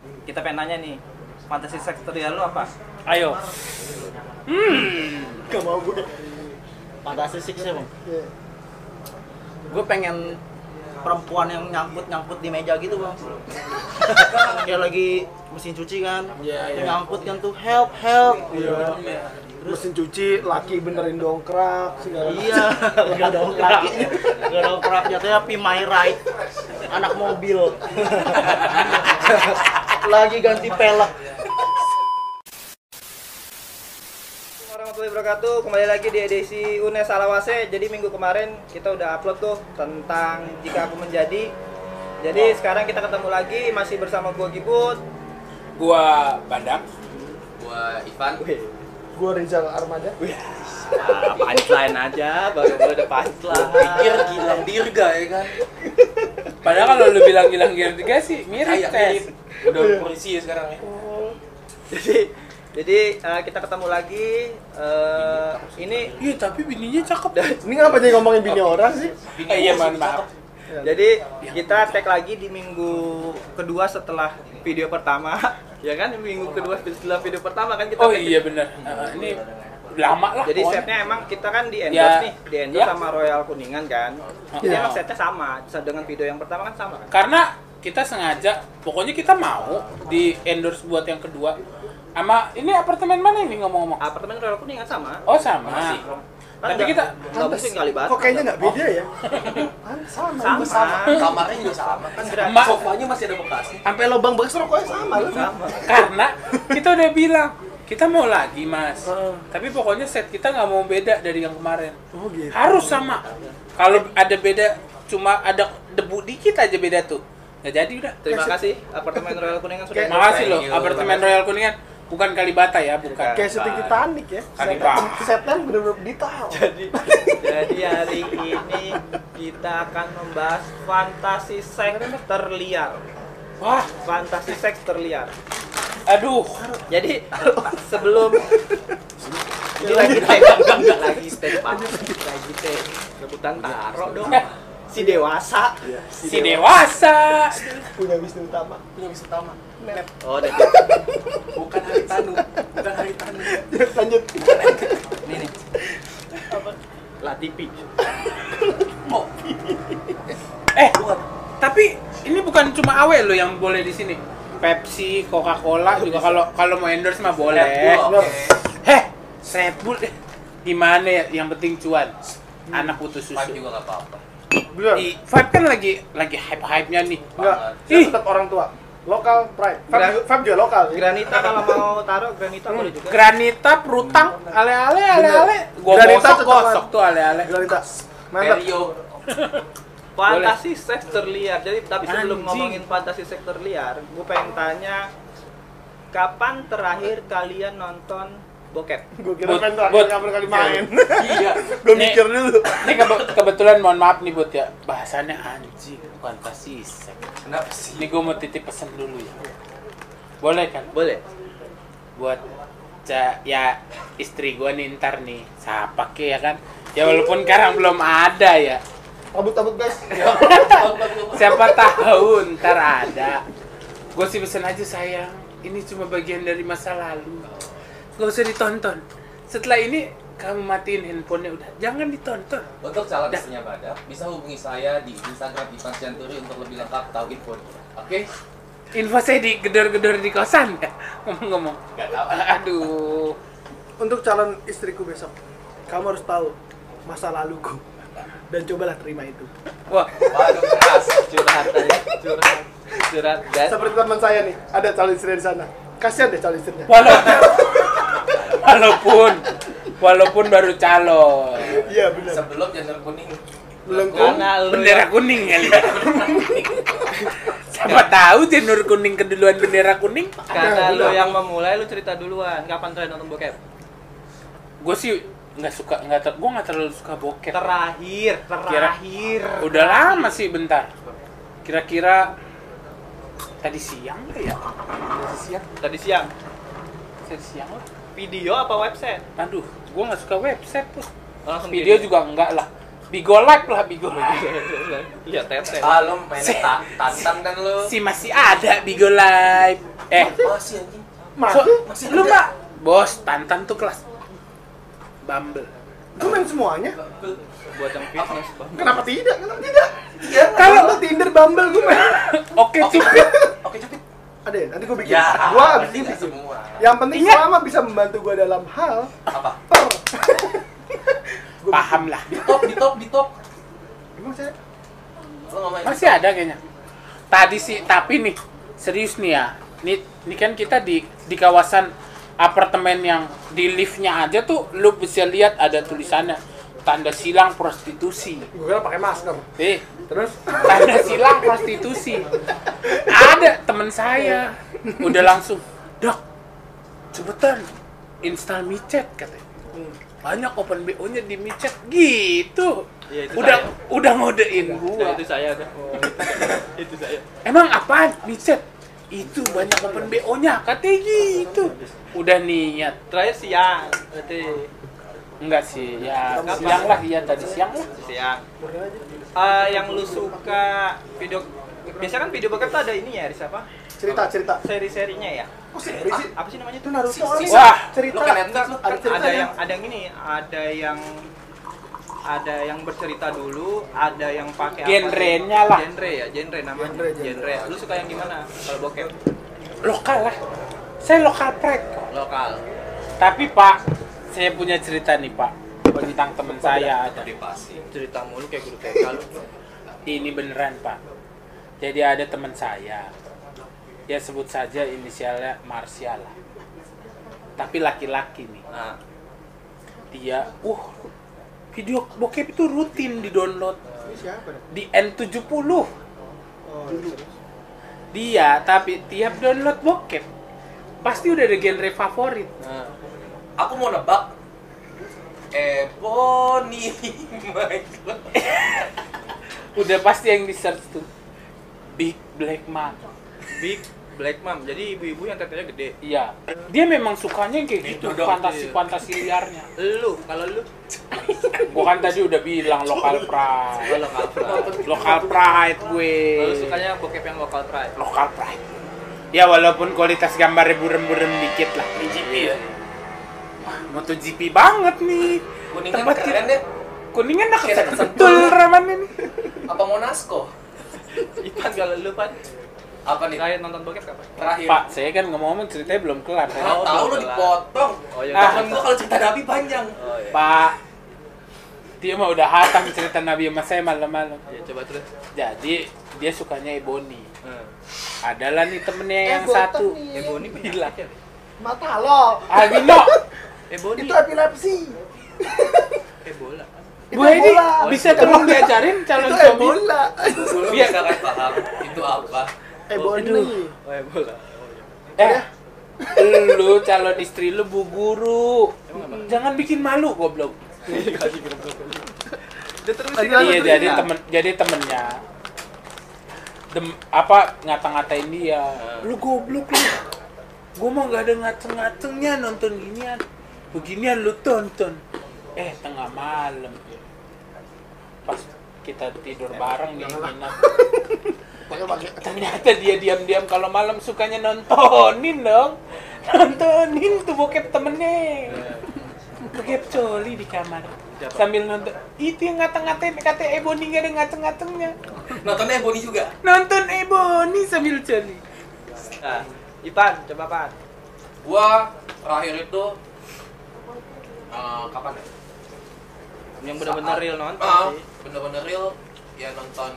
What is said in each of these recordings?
kita pengen nanya nih, fantasi seks terliar lu apa? Ayo. Gak mau gue. Fantasi sih bang. Iya. Gue pengen perempuan yang nyangkut di meja gitu bang. Kayak lagi mesin cuci kan. Iya. Nyangkut kan tuh help. Iya. Mesin cuci, laki benerin dongkrak segala. Iya. Gak dongkraknya. Gak dongkraknya tuh ya my right. Anak mobil. Lagi ganti pelek. Warahmatullahi wabarakatuh. Kembali lagi di edisi UNES Salawase. Jadi minggu kemarin kita udah upload tuh tentang Jika Aku Menjadi. Jadi sekarang kita ketemu lagi masih bersama gua Gibut. Gua Badak. Gua Ivan. Gue Rizal Armada. Punchline aja, baru udah punchline. Pikir Gilang Dirga ya kan. Padahal kalau lu bilang Gilang Dirga sih mirip Kayak tes. Udah polisi ya sekarang ya. Jadi kita ketemu lagi. Ini Iya, tapi bininya cakep. Ini ngapa jadi ngomongin bini orang sih? Iya, maaf. jadi kita tag lagi di minggu kedua setelah video pertama. Ya kan, minggu kedua setelah video pertama kan kita Oh tag. iya benar. Ini lama lah. Jadi pokoknya. setnya emang kita kan di endorse Ya. nih, di endorse Ya. sama Royal Kuningan kan. Jadi Ya. emang setnya sama, dengan video yang pertama kan sama kan. Karena kita sengaja, pokoknya kita mau di endorse buat yang kedua. Sama ini apartemen mana ini ngomong-ngomong? Apartemen Royal Kuningan sama. Oh sama. Masih. Kan Tapi kita nggak mungkin kali bahas. Kok kayaknya nggak beda ya? Sama. Kamarnya juga sama kan. Mbak. Sofanya masih ada bekasnya. Sampai lubang bekas rokoknya sama loh. Sama. karena kita udah bilang kita mau lagi mas. Tapi pokoknya set kita nggak mau beda dari yang kemarin. Oh gitu. Harus sama. Kalau ada beda, cuma ada debu dikit aja beda tuh. Nggak jadi udah. Terima kasih Apartemen Royal Kuningan sudah. Kayak- Makasih loh, Thank you. apartemen Royal Kuningan. Bukan Kalibata ya, bukan. Kayak syuting Titanic ya. Kalibata. Setnya bener-bener detail. Jadi hari ini kita akan membahas fantasi seks terliar. Wah, Fantasi seks terliar. aduh. Jadi sebelum ini lagi enggak lagi teh Pak. Lagi teh rebutan taro dong. Si dewasa. Si dewasa. Punya Wisnu Utama. Punya bisa utama. Oh, udah. Bukan Haritanu. Bukan Haritanu. Lanjut. Ini nih. Latifi. Oh, Tapi ini bukan cuma awe lo yang boleh di sini. Pepsi, Coca-Cola juga kalau mau endorse mah boleh. oke. Heh, Red Bull deh. Gimana ya? Yang penting cuan. Anak butuh Five susu. juga enggak apa-apa. Bener. Vibe kan lagi hype-hype-nya nih. Enggak. Ih. Saya tetap orang tua. Lokal pride. Gra- Fab juga lokal. ya. Granita kalau mau taruh Granita boleh juga. Granita, Prutang, ale-ale. Gua Granita gosok cocok tuh ale-ale. Granita. Mantap. Perio. Fantasi seks terliar. Jadi tapi sebelum Anjing. ngomongin fantasi seks terliar, gue pengen tanya kapan terakhir kalian nonton bokep? Gue kira kan Bud. kapan kali main. Iya. Gue Nih. mikir dulu. Ini kebetulan mohon maaf nih Bud ya. Bahasannya anjing, fantasi seks. Kenapa sih? Ini gue mau titip pesan dulu ya. Boleh kan? Boleh. Buat ya istri gue nih ntar nih siapa ke ya kan? Ya walaupun sekarang belum ada ya. Tabut guys. Siapa tahu ntar ada. Gue sih pesen aja sayang. Ini cuma bagian dari masa lalu. Gak usah ditonton. Setelah ini kamu matiin handphonenya udah. Jangan ditonton. Untuk calon istrinya Badak, bisa hubungi saya di Instagram Ivan Sianturi untuk lebih lengkap tahu infonya. Oke? Info saya di gedor-gedor di kosan ya. Ngomong-ngomong. Enggak tahu. Aduh. Untuk calon istriku besok, kamu harus tahu masa laluku dan cobalah terima itu. Wah, Waduh, keras. Curhat aja. Curhat guys. Seperti teman saya nih, ada calon istri di sana. Kasihan deh calon istrinya. walaupun baru calon. Iya benar. Sebelum janur kuning. Belum Karena lu Bendera kuning kali ya. Siapa tahu janur kuning keduluan bendera kuning. karena lu yang memulai, lu cerita duluan. Kapan terakhir nonton bokep? Gue sih gue nggak terlalu suka bokep. Terakhir. Udah lama sih bentar. Kira-kira tadi siang nggak ya? Tadi siang. Tadi siang lah. Video apa website? Aduh, gue nggak suka website tuh. Langsung Video juga enggak lah. Bigo Live lah, Bigo Live. Lihat tete. Ah, lu main tantan kan lu. Si masih ada Bigo Live. Masih anjing. Masih. Lu nggak? Bos, Tantan tuh kelas Bumble. Gue main semuanya. Buat yang fitness, Bang. Kenapa tidak? Kenapa tidak? Ya, Kalau- kalau Tinder, Bumble gue main. Oke, cupid. Oke, Cupid. Ada ya? Nanti gue bikin. Ya, Gue abis pasti ini nggak bikin. semua. Yang penting Ingat. selama bisa membantu gue dalam hal Apa? Paham lah. Di top. Emang saya Lo nggak main? Masih ada kayaknya. Tadi sih, tapi nih serius nih ya. Ini kan kita di kawasan apartemen yang di liftnya aja tuh lu bisa lihat ada tulisannya tanda silang prostitusi. gue kira pakai masker. Terus tanda silang prostitusi. Ada temen saya udah langsung, "Dok, cepetan install micet," katanya. Banyak open BO-nya di micet gitu. Iya, itu Udah ngodein gua. Itu saya dah. Itu saya. Emang apaan micet? Itu banyak open BO-nya, katanya gitu. Udah niat. Terakhir siang, berarti Enggak sih, ya Kenapa? siang lah, iya tadi siang lah. siang. Yang lu suka video biasa kan video bokep tuh ada ini ya, siapa? Cerita. Seri-serinya ya. Oh, seri sih? Apa sih namanya Itu tuh? Naruto kali. Wah, cerita. Lo kan Netflix lo. Ada cerita Ada yang bercerita dulu, ada yang pakai apa? Genrenya lah. Genre namanya. Genre. Genre. Lu suka yang gimana kalau bokep? Lokal lah. Saya lokal prek kok. Lokal. Tapi Pak, saya punya cerita nih Pak tentang teman saya ada. Privasi. Cerita mulu kayak guru TK lu. Ini beneran Pak. Jadi ada teman saya. Ya sebut saja inisialnya Marsial lah. Tapi laki-laki nih. Nah, Dia, video bokep itu rutin di-download Ini siapa dong? di N70. Oh, terus. Dia, tapi tiap download bokep pasti udah ada genre favorit. nah. Aku mau nebak. Bonnie Michael. Udah pasti yang di-search tuh Big Black Man. Big Black Mom. Jadi ibu-ibu yang tetenya gede. Iya. Dia memang sukanya yang kayak gitu, Itu dong. fantasi-fantasi liarnya. Lu, kalau lu Gua kan tadi udah bilang local pride. kalau lokal pride. Local pride gue. Kalau sukanya bokep yang lokal pride. Local pride. Ya walaupun kualitas gambarnya burem-burem dikit lah. GP ya. Wah, MotoGP banget nih. Kuningan Tempat keren deh. Kuningan dah Kayak betul ramannya nih. Apa Monasco? Ipan kalau lu Pan Apa nih? terakhir nonton bokep kapan? Terakhir. Pak, saya kan ngomong ceritanya belum kelar. Ah, tahu lo dipotong. Oh iya. Ah. Temen gua kalau cerita Nabi panjang. Oh iya. Pak, dia mah udah hatam cerita Nabi sama saya malam-malam. Ya, coba terus. Jadi dia sukanya Ebony. Heeh. Adalah nih temennya yang botak satu. nih. Ebony Bilang. Mata lo. Albino. Ebony. Itu epilepsi. Ebola. Itu Bu Edi Ebola. bisa tolong diajarin calon Itu suami. Ebola. Lu Biar- bisa kan paham itu apa? Ebony. Oh Ebola. Lu calon istri lu bu guru. Jangan bikin malu goblok. Udah terus Lanjut, Iya, lanjut. jadi temennya ngata-ngatain dia. Lu goblok lu. Gua mah gak ada ngaceng-ngacengnya nonton ginian. Beginian lu tonton. Tengah malam. Pas kita tidur bareng nih nginep. Ternyata dia diam-diam kalau malam sukanya nontonin dong. Nontonin tuh bokep temennya. Bokep coli di kamar. Sambil nonton. Itu yang ngata-ngatain kata Ebony gak ada ngaceng-ngacengnya. Nontonnya Bonnie juga. Nonton Ebony sambil coli. Nah, Ipan, coba Pan. Gua terakhir itu kapan ya? Yang benar-benar real nonton sih. Bener-bener real ya nonton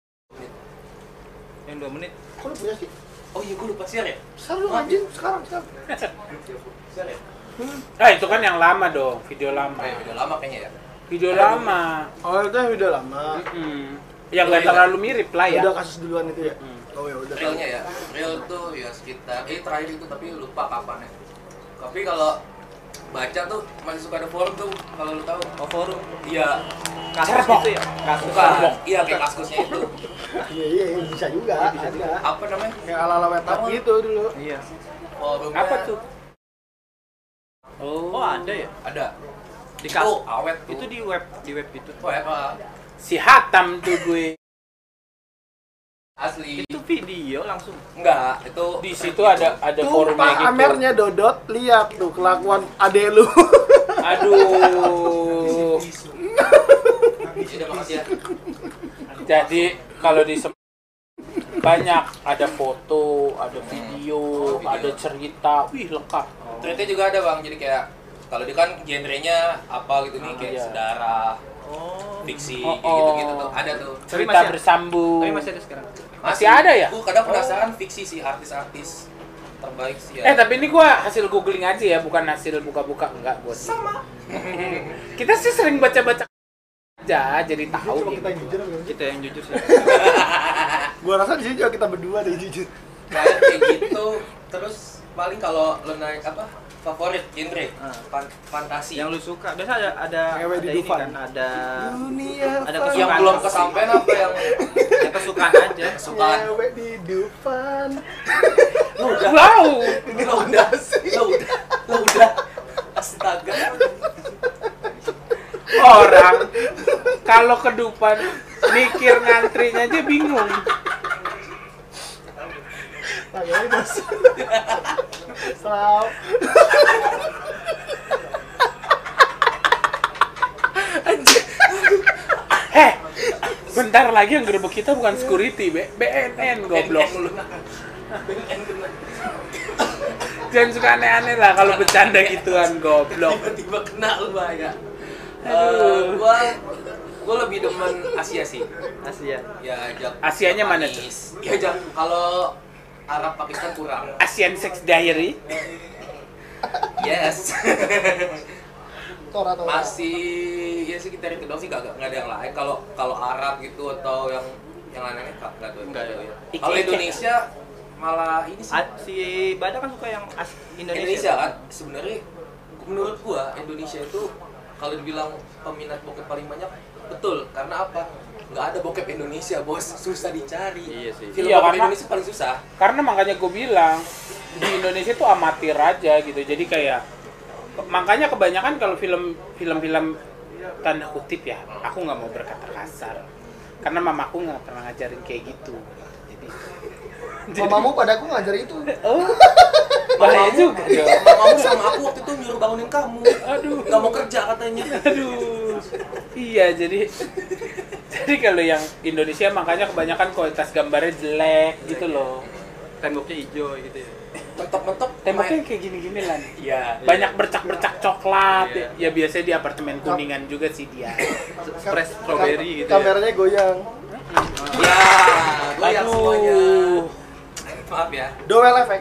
Yang 2 menit. Kok lu punya sih? Oh iya gua lupa share ya? Selalu anjing sekarang. Share ya? Itu kan yang lama dong, video lama. Udah lama kayaknya ya. Video lama. Oh, itu yang udah lama. Ya nggak terlalu mirip lah ya. Udah kasus duluan itu ya? Hmm. Oh ya udah. Realnya ya, real tuh ya sekitar terakhir itu tapi lupa kapan ya. Tapi kalau baca tuh masih suka ada forum tuh kalau lu tahu. Oh, forum. Iya, Kasus itu ya? Kasus. bukan. Iya kayak kasusnya itu. Iya, bisa juga. Ada. Apa namanya? Kayak ala-ala website Apa? gitu dulu. Iya. Forumnya. Apa tuh? Oh, ada ya? Ada. Di Itu kasus. awet tuh. Itu di web itu. Oh ya, Pak. Si Hatam tuh gue. Asli. Itu video langsung. Enggak, itu Di situ ada forumnya Tumpah gitu. Amernya Dodot, lihat tuh kelakuan ade lu. Aduh. udah makasih ya. Jadi kalau di banyak ada foto, ada video, ada cerita, wih lengkap. Tweetnya juga ada bang, jadi kayak kalau dia kan genrenya apa gitu nih, kayak Iya. sejarah, fiksi, kayak gitu-gitu tuh ada tuh. Cerita masih- bersambung. Tapi masih ada sekarang. Masih ada ya? Gue kadang penasaran fiksi sih, artis-artis terbaik sih ya. Tapi ini gua hasil googling aja ya, bukan hasil buka-buka, enggak buat. Sama. Kita sih sering baca-baca aja, jadi tahu Coba gitu. kita yang jujur kan? Kita yang jujur sih. Gua rasa di sini juga kita berdua deh jujur. Kayak gitu. Terus paling kalau lo naik apa? Favorit genre fantasi. Yang lu suka. Biasa ada Ngewe di ini Dufan. kan, ada Dunia Ada fantasi. yang belum kesampaian apa yang yang kesukaan aja. kesukaan? Ngewe di Dufan. Lo udah, Wow. lo udah. Astaga. Orang kalau kedupan mikir ngantrinya aja bingung. Tangannya bos. Selaw. Bentar lagi yang gerbek kita bukan security, BNN goblok. Jangan suka aneh-aneh lah kalau bercanda gituan goblok. Tiba-tiba kena lu bahaya. Aduh. Gua lebih demen Asia sih. Asia. Ya, Asianya mana tuh? Japanese. Ya, kalau Arab Pakistan kurang. Asian Sex Diary. Yes. Tora. Masih ya sekitar itu doang sih, nggak ada yang lain. Kalau Arab gitu atau yang lain-lainnya nggak ada ya. Kalau Ike-ike. Indonesia malah ini sih. Si Bada kan suka yang Indonesia kan sebenarnya menurut gua Indonesia itu kalau dibilang peminat bokep paling banyak, betul. Karena apa? Nggak ada bokep Indonesia, bos. Susah dicari. Iya sih. Film Iya, bokep karena- Indonesia paling susah. Karena makanya gue bilang di Indonesia tuh amatir aja gitu. Jadi kayak makanya kebanyakan kalau film tanda kutip ya, aku nggak mau berkata kasar. Karena mamaku nggak pernah ngajarin kayak gitu. Jadi Mamamu padaku ngajar itu. oh, bahaya juga dong. Mamamu sama aku waktu itu nyuruh bangunin kamu. Aduh. Nggak mau kerja katanya. Aduh. Iya, jadi kalau yang Indonesia makanya kebanyakan kualitas gambarnya jelek gitu loh. temboknya hijau gitu ya. Mentok-mentok. Temboknya kayak gini-gini lah. Iya. Banyak bercak-bercak coklat. Iya. Ya biasanya di apartemen Kuningan juga sih dia. Fresh strawberry gitu ya. Kameranya goyang. Ya, goyang semuanya. Aduh. Maaf ya. Dowel effect.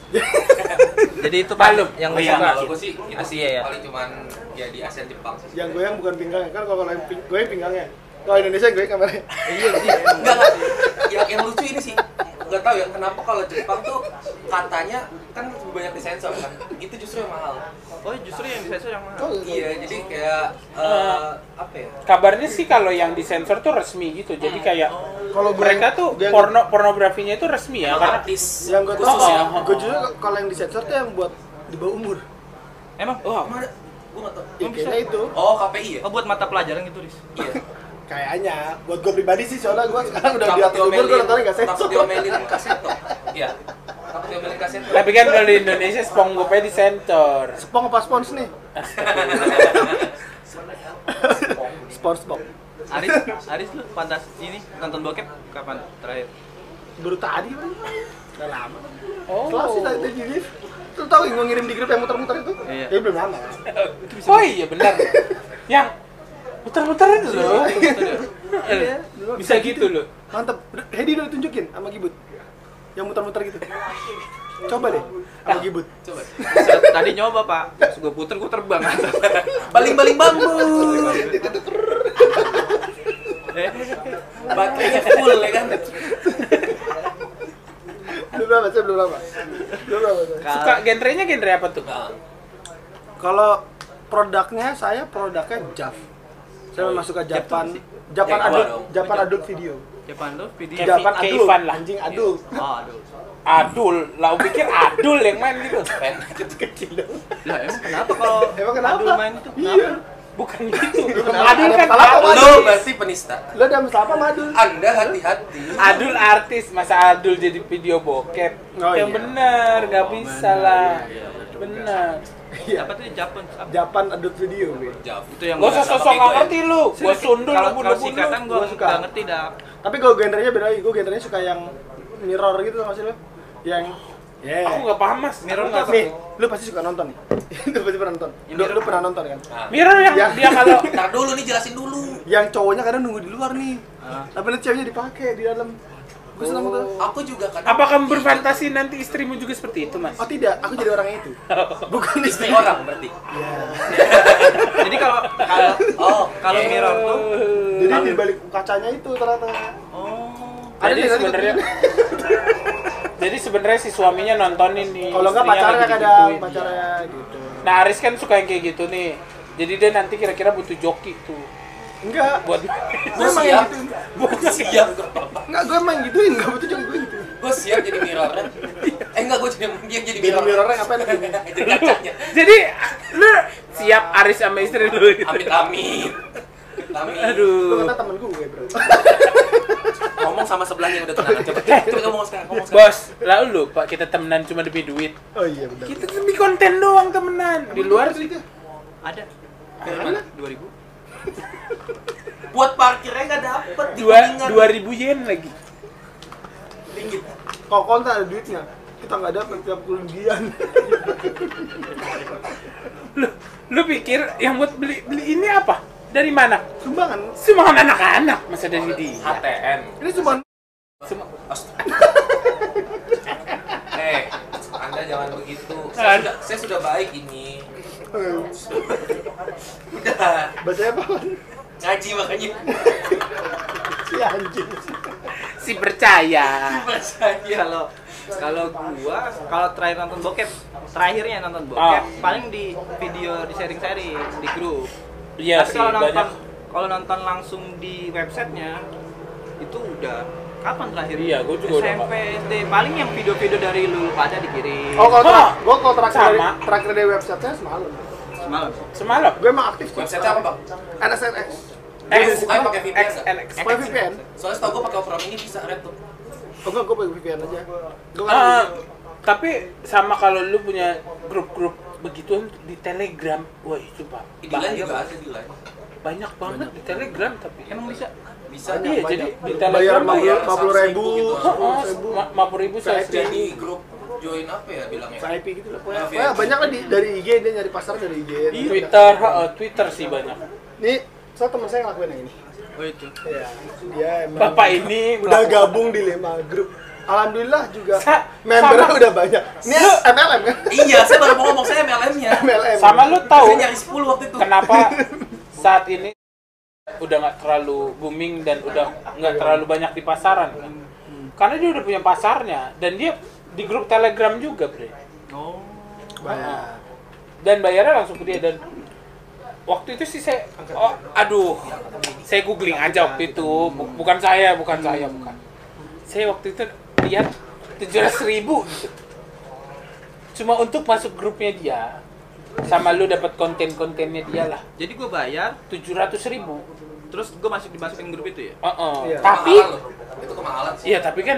Jadi itu Maklum. yang Oh, lu iya, suka. Kalau gue sih itu sih Asia ya? paling cuman ya di ASEAN Jepang sih. Yang goyang bukan pinggangnya kan, kalau yang goyang pinggangnya. Kalau Indonesia yang goyang kameranya. Iya sih. Enggak. Yang lucu ini sih. Nggak tahu ya kenapa kalau Jepang tuh katanya kan lebih banyak disensor kan. Itu justru yang mahal. Oh, justru yang disensor yang Oh, mahal. Iya, jadi kayak apa ya? Kabarnya sih kalau yang disensor tuh resmi gitu. Jadi kayak Kalau gue mereka tuh pornografinya itu resmi ya karena Artis yang gue Oh, tahu, oh. gue justru kalau yang disensor tuh yang buat di bawah umur. Emang? wah, Mana? Gue nggak tahu. Ya kayaknya itu. Oh, KPI ya? Oh, buat mata pelajaran gitu, Riz. Iya. Kayaknya buat gue pribadi sih, soalnya gue sekarang udah di Takut atas umur, gue diomelin, nontonnya nggak takut sensor. diomelin kaseto. Iya. Takut diomelin kaseto. tapi kan kalau di Indonesia SpongeBob-nya disensor. Spong apa spons nih? SpongeBob. Aris lu pantas ini nonton bokep kapan terakhir? Baru tadi kan? Udah lama. Oh. Kelas sih tadi di lift. Lu tahu yang gue ngirim di grup yang muter-muter itu? Iya. Tapi belum lama. Oh iya benar. Yang muter-muter itu loh. Iya. Bisa gitu loh. Mantep. Hedi udah tunjukin sama Gibut. Yang muter-muter gitu. Coba deh sama Gibut. Coba. Tadi nyoba, Pak. Terus gue puter, gue terbang. Baling-baling bambu. Baterainya full ya kan. Belum lama, saya belum lama. Belum lama saya. Suka genrenya genre apa tuh? Kalau produknya, saya produknya JAV. Saya memang suka Japan. Japan Jawa adult, dong. Japan adult video. Japan lu video. Kayak Japan kayak adult, Ivan lah. anjing adult. Oh, aduh. Adul, lah pikir Adul yang main gitu. Kecil dong. Lah, emang kenapa kalau Emang kenapa? Adul main itu? Iya. Kenapa? Bukan gitu. Kenapa? Adul kan Kenapa, artis. Lo berarti penista. Lo ada masalah apa Madul? Anda hati-hati. Adul artis, masa Adul jadi video bokep? Oh, yang iya. bener, nggak bisa bener, lah. iya, iya, betul Bener. Iya. Apa tuh Japon? Japan adult video gue. Jauh. Itu yang Gak usah nggak sosok pakai nggak gue ya. ngerti lu. Gua sundul lu Kalau bunuh-bunuh. singkatan gue Gua suka. nggak ngerti dah. Tapi gue genrenya beda lagi. Gue genrenya suka yang mirror gitu tau gak sih lo? Yang Aku nggak paham mas. Mirror Aku nggak tuh nih, lu pasti suka nonton nih. Lu pasti pernah nonton. Lu pernah nonton kan? Nah, Mirror yang Ya. dia kalau ntar dulu nih jelasin dulu. Yang cowoknya kadang nunggu di luar nih. Tapi nanti ceweknya dipakai di dalam. Gue seneng tuh. Aku juga kan. apa kamu berfantasi nanti istrimu juga seperti itu mas? Oh tidak, aku jadi orang itu. Bukan Istri istri. orang berarti. Jadi kalau kalau Oh, kalau oke. mirror tuh Jadi di balik kacanya itu ternyata. Ada Jadi nih, tadi sebenarnya jadi sebenarnya si suaminya nontonin nih. Kalau enggak istrinya pacarnya lagi kadang, digituin. pacarnya gitu. Nah Aris kan suka yang kayak gitu nih. Jadi dia nanti kira-kira butuh joki tuh Enggak. buat Gue emang siap. yang gituin. Gue siap gak apa-apa. Enggak, gue emang gituin, enggak betul juga gue gitu. Gue siap jadi mirrornya. Enggak, gue dia jadi Jadi mirror. mirrornya ngapain lagi? Jadi kacanya. Jadi lu siap Aris sama istri lu gitu. Amit amit. Amit. Lu Aduh. kata temen gue, bro. Ngomong sama sebelahnya yang udah tunangan. Coba ngomong sekarang. Ngomong sekarang. Bos, lalu lu Pak kita temenan cuma demi duit. Oh iya benar. Kita demi konten doang temenan. Di luar sih ada. Mana? 2000. Buat parkirnya nggak dapet di dua Kuningan. 2.000 yen lagi. Ringgit. Kok konten ada duitnya? Kita nggak dapat tiap kerugian. Lu pikir yang buat beli ini apa? Dari mana? Sumbangan. Sumbangan anak-anak masa dari dia. HTM. Ini sumbangan. Anda jangan begitu. Aduh. Saya sudah baik ini. Udah Bacanya apa? ngaji makanya. Si anjing. Si percaya. Percaya. Kalau kalau terakhir nonton bokep, terakhirnya nonton bokep paling di video di sharing-sharing di grup. Iya Tapi sih kalau nonton banyak. kalau nonton langsung di websitenya itu udah kapan terakhir? Iya, gua juga udah SMP, SD. Paling yang video-video dari lu pada dikirim. Oh, kalau Oh, gue kalau terakhir sama. terakhir dari website-nya semalam. Semalam. Semalam. Gue emang aktif sih. Website apa bang? NSNX. X Bukannya pakai VPN X nggak? NX. Pakai VPN? Soalnya setahu gue pakai Opera Mini bisa red tuh. Oh enggak, gue pakai VPN aja. Gue Tapi sama kalau lu punya grup-grup begituan di Telegram, wah itu Pak. Di Line bahaya, juga Pak. ada di Line. Banyak banget di Telegram tapi Emang bisa? Bisa. Iya, jadi di bayar Telegram ya. 50.000, gitu. 10.000. 50.000 saya VIP. Di grup join apa ya bilangnya? VIP gitu lah. Iya, Pokoknya banyak lah dari IG, dia nyari pasar dari IG. Twitter, Twitter sih banyak. Nih, saya teman saya ngelakuin yang ini. Oh itu. Iya, dia emang Bapak ini udah melakukan- gabung di 5 grup. Alhamdulillah juga Sa- membernya sama. udah banyak. Ini MLM kan? Iya, saya baru mau ngomong saya MLM-nya. MLM. Sama lu tahu Saya nyari 10 waktu itu. kenapa saat ini udah nggak terlalu booming dan udah nggak terlalu banyak di pasaran kan? Karena dia udah punya pasarnya dan dia di grup Telegram juga, Bre. Oh. Bayar. Dan bayarnya langsung ke dia dan waktu itu sih saya saya googling aja waktu itu bukan saya saya waktu itu lihat 700.000 gitu cuma untuk masuk grupnya dia sama lu dapat konten-kontennya dia lah Jadi gue bayar, 700.000. terus gue dimasukin grup itu ya? Iya. Tapi Kemahalan loh. Itu kemahalan sih. iya tapi kan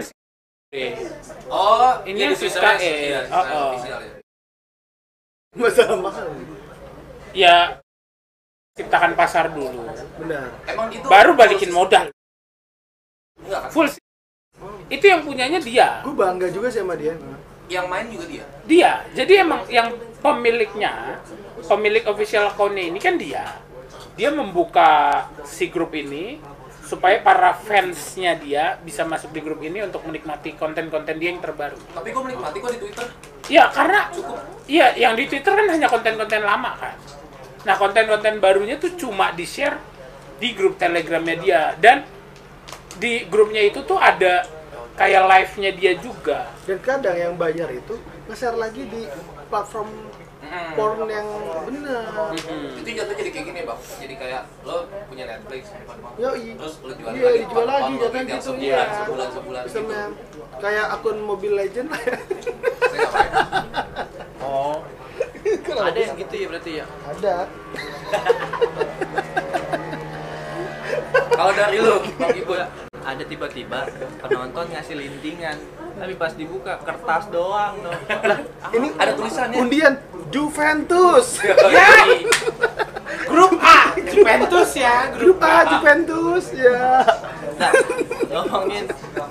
Oh, Ini iya, yang di Twitter Siska, iya, di Twitter official ya. Masalah mahal. ya ciptakan pasar dulu Benar. Emang itu baru balikin modal Enggak kan? full itu yang punyanya dia. Gue bangga juga sih sama dia. Yang main juga dia. Jadi emang yang pemilik official account-nya ini kan dia membuka si grup ini supaya para fansnya dia bisa masuk di grup ini untuk menikmati konten-konten dia yang terbaru. Tapi gue menikmati kok di Twitter. Iya, karena yang di Twitter kan hanya konten-konten lama kan. Nah, konten-konten barunya tuh cuma di-share di grup Telegramnya dia dan di grupnya itu tuh ada kayak live-nya dia juga. Dan kadang yang bayar itu nge-share lagi di platform porn yang benar. Itu jatuh jadi kayak gini bang. Jadi kayak lo punya Netflix, Yoi. terus lo jual Iya, dijual lagi jatuh jatuhnya gitu. sebulan, Iya. sebulan Bisa gitu. men. Kayak akun Mobile Legend lah ya. Saya nggak main. Oh. Ada yang gitu ya berarti ya? Ada. Kalau dari lu, Bang Ibu, Ada tiba-tiba penonton ngasih lintingan, tapi pas dibuka kertas doang dong. Ini ada tulisannya. undian Juventus. Ya. Grup A, Juventus ya, Grup A Juventus ya. Nah, ngomongin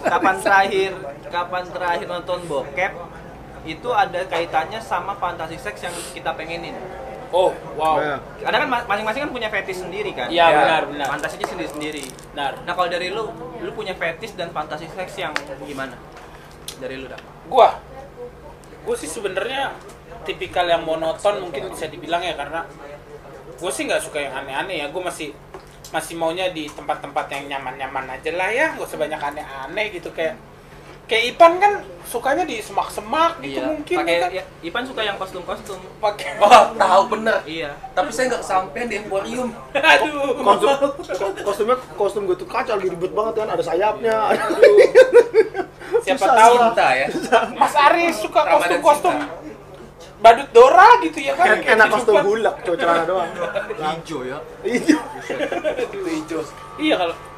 kapan terakhir nonton bokep itu ada kaitannya sama fantasi seks yang kita pengenin. Oh, wow. Nah, Karena kan masing-masing kan punya fetish sendiri kan. Iya, benar. Fantasinya sendiri-sendiri. Benar. Nah, kalau dari lu punya fetish dan fantasi seks yang gimana? Dari lu dah. Gua sih sebenarnya tipikal yang monoton mungkin bisa dibilang ya, karena gue sih nggak suka yang aneh-aneh ya. Gue masih maunya di tempat-tempat yang nyaman-nyaman aja lah ya, gak usah banyak aneh-aneh gitu. Kayak Ipan kan sukanya di semak-semak gitu mungkin. Pakai kan? ya, Ipan suka yang kostum-kostum. Pakai Oh, tahu bener. Iya. Tapi saya nggak kesampean di Emporium. aduh. kostumnya kostum gue tuh kacau, ribet banget kan, ada sayapnya. Siapa Susah, tahu Cinta ya. Mas Aris suka Ramadan kostum-kostum cinta. badut Dora gitu ya kan. Kayak Enak si kostum Jupan. bulak, cuma celana doang. Hijau ya. Iya. Itu hijau. Iya,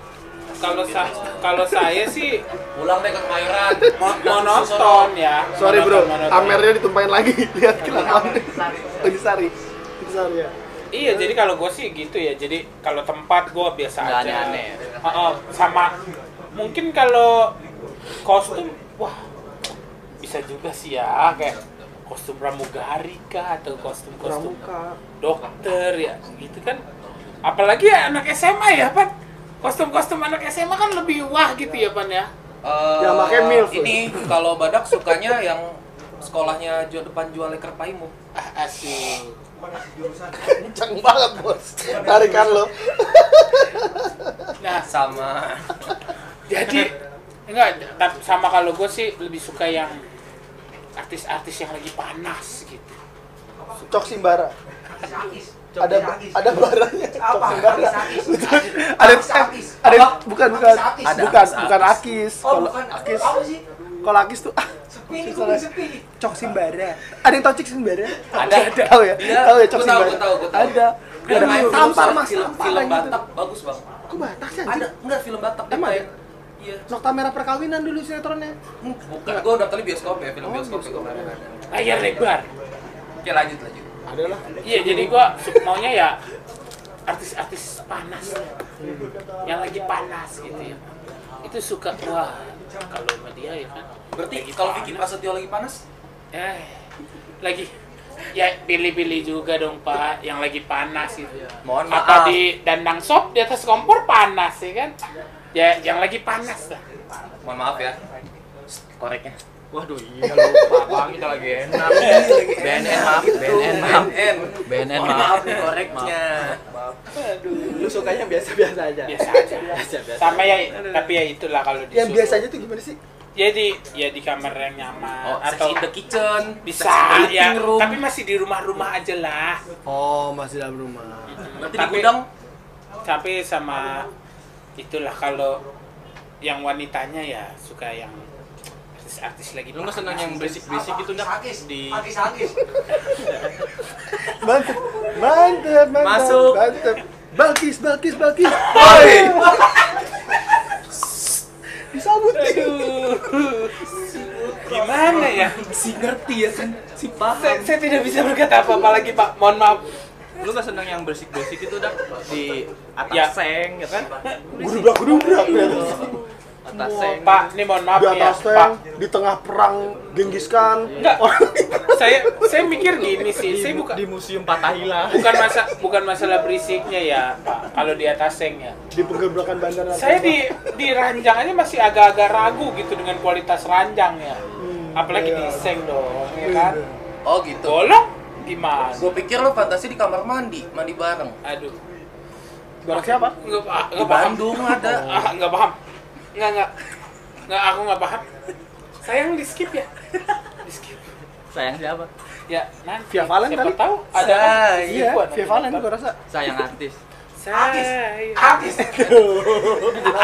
kalau saya sih Pulang deh ke Kemayoran. monoton ya. Sorry bro, Monoton. Amernya ditumpahin lagi. Lihat kelihatan. Lagi sari ya. Iya, jadi kalau gue sih gitu ya. Jadi kalau tempat gue biasa Nggak aja. aneh-aneh. Sama mungkin kalau kostum, wah bisa juga sih ya, kayak kostum pramugari kah atau kostum Pramuka. dokter ya, gitu kan. Apalagi ya anak SMA ya, Pan. Kostum-kostum anak SMA kan lebih wah gitu ya, Pan ya. Ya, makanya milf. Ini kalau Badak sukanya yang sekolahnya depan jual leker paimu. Asik. Kencang banget bos. Tarikan lo. Nah, Sama jadi enggak, sama kalau gue sih lebih suka yang artis-artis yang lagi panas gitu. Cok Simbara. Ada baranya. Cok Simbara. Ada bukan Akis. Kalau Akis. Kalau Akis tuh Cok Simbara. Ada yang tau Cok Simbara? Ada. Tahu ya? Iya, Tahu ya Cok gua tahu, Simbara? gua tahu. Ada. Dia Ada main tampar film Mas, film tampar film gitu. Batak bagus bang. Kok Batak sih Ada anjing? enggak film Batak dia Emang main? ada? Iya. Nokta Merah Perkawinan dulu sinetronnya. Bukan, gua nontonnya bioskop ya, film bioskop kemarin ada. Layar lebar. Oke lanjut. Ada lah. Iya, jadi gue maunya ya artis-artis panas, yang lagi panas gitu ya. Itu suka, wah kalau sama dia ya kan. Berarti lagi kalau Vicky panas. Prasetyo lagi panas, Lagi ya pilih-pilih juga dong Pak, yang lagi panas gitu. mohon Apa maaf. di dandang sop di atas kompor panas ya kan? Ya yang lagi panas lah. Mohon maaf ya. Koreknya. Waduh, iya lupa bang, kita lagi enak. BNN maaf. BNN maaf nih koreknya. Lu sukanya biasa-biasa aja. Biasa aja. Biasa. Sama ya, tapi ya itulah kalau disuruh. Yang biasanya tuh gimana sih? Jadi ya di kamar yang nyaman Oh, sex atau in the kitchen, bisa sex in the ya, living room. tapi masih di rumah-rumah aja lah. Oh, masih dalam rumah. Berarti di tapi- gudang. Tapi sama itulah kalau yang wanitanya ya suka yang artis lagi. Lu nggak senang yang basic-basic gitu nggak? Di Mantep. Masuk. Mantep. Balkis. Oi. Disambut. Gimana ya? Si ngerti ya kan, si paham. Saya tidak bisa berkata apa-apa lagi Pak. Mohon maaf. Lu nggak senang yang basic-basic itu dah di atas Ya. seng ya kan? Gudubrak. Atas seng. Pak, ini mohon maaf Di nih ya, atas Pak. tank, di tengah perang Genghis Khan. Enggak. Saya mikir gini sih. Saya di museum Fatahila. bukan masalah berisiknya ya, Pak. Kalau di atas seng ya. Di penggebrakan bandar. Saya di ranjang aja masih agak-agak ragu gitu dengan kualitas ranjang ya. Apalagi di seng dong, ya kan? Oh gitu. Bolong gimana? Gue pikir lo fantasi di kamar mandi bareng. Aduh. Barang siapa? Enggak Di Bandung ada. Enggak paham. Enggak, aku enggak paham. Sayang di skip ya. Di skip. Sayang siapa? Ya, nanti. Via Valen siapa kali? tahu ada Iya, Via Valen gua rasa. Iya. Sayang artis. Saya. Artis.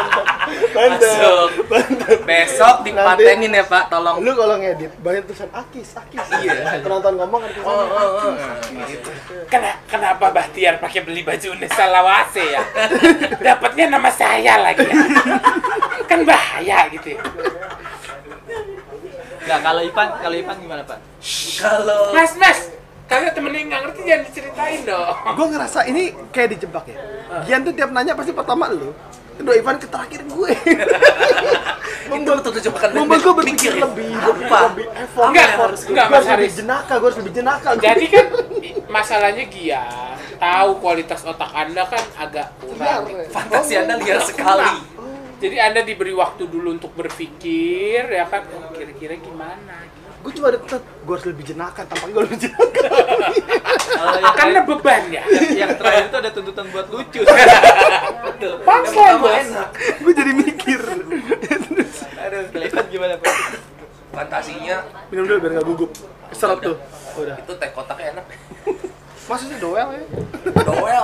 Masuk. Besok dipatenin ya Pak, tolong. Lu kalau ngedit banyak tulisan Akis. Iya. Penonton ngomong ada tulisan Akis. Kenapa Bahtiar pakai beli baju Unes Salawase ya? Dapatnya nama saya lagi ya. Kan bahaya gitu ya. Enggak, kalau Ipan gimana, Pak? Kalau Mas, kagak temennya nggak ngerti jangan diceritain dong. Gue ngerasa ini kayak dijebak ya. Gian tuh tiap nanya pasti pertama lu. Kedua Ivan ke terakhir gue. itu betul jebakan Membuat gue berpikir lebih effort. Enggak, Gue Mas harus lebih Haris. jenaka. Jadi kan masalahnya Gian tahu kualitas otak Anda kan agak kurang. fantasi Anda liar sekali. Jadi Anda diberi waktu dulu untuk berpikir ya kan, oh, kira-kira gimana? Gue cuma ada gue harus lebih jenaka, tampaknya gue lebih jenaka. Karena beban ya. Yang terakhir itu ada tuntutan buat lucu. Punchline, Mas. Gue jadi mikir. Aduh, kalau Ipan gimana, Pak? Fantasinya Minum dulu biar nggak gugup. Seret tuh. Udah. itu teh kotaknya enak. Masa sih doel ya? Doel.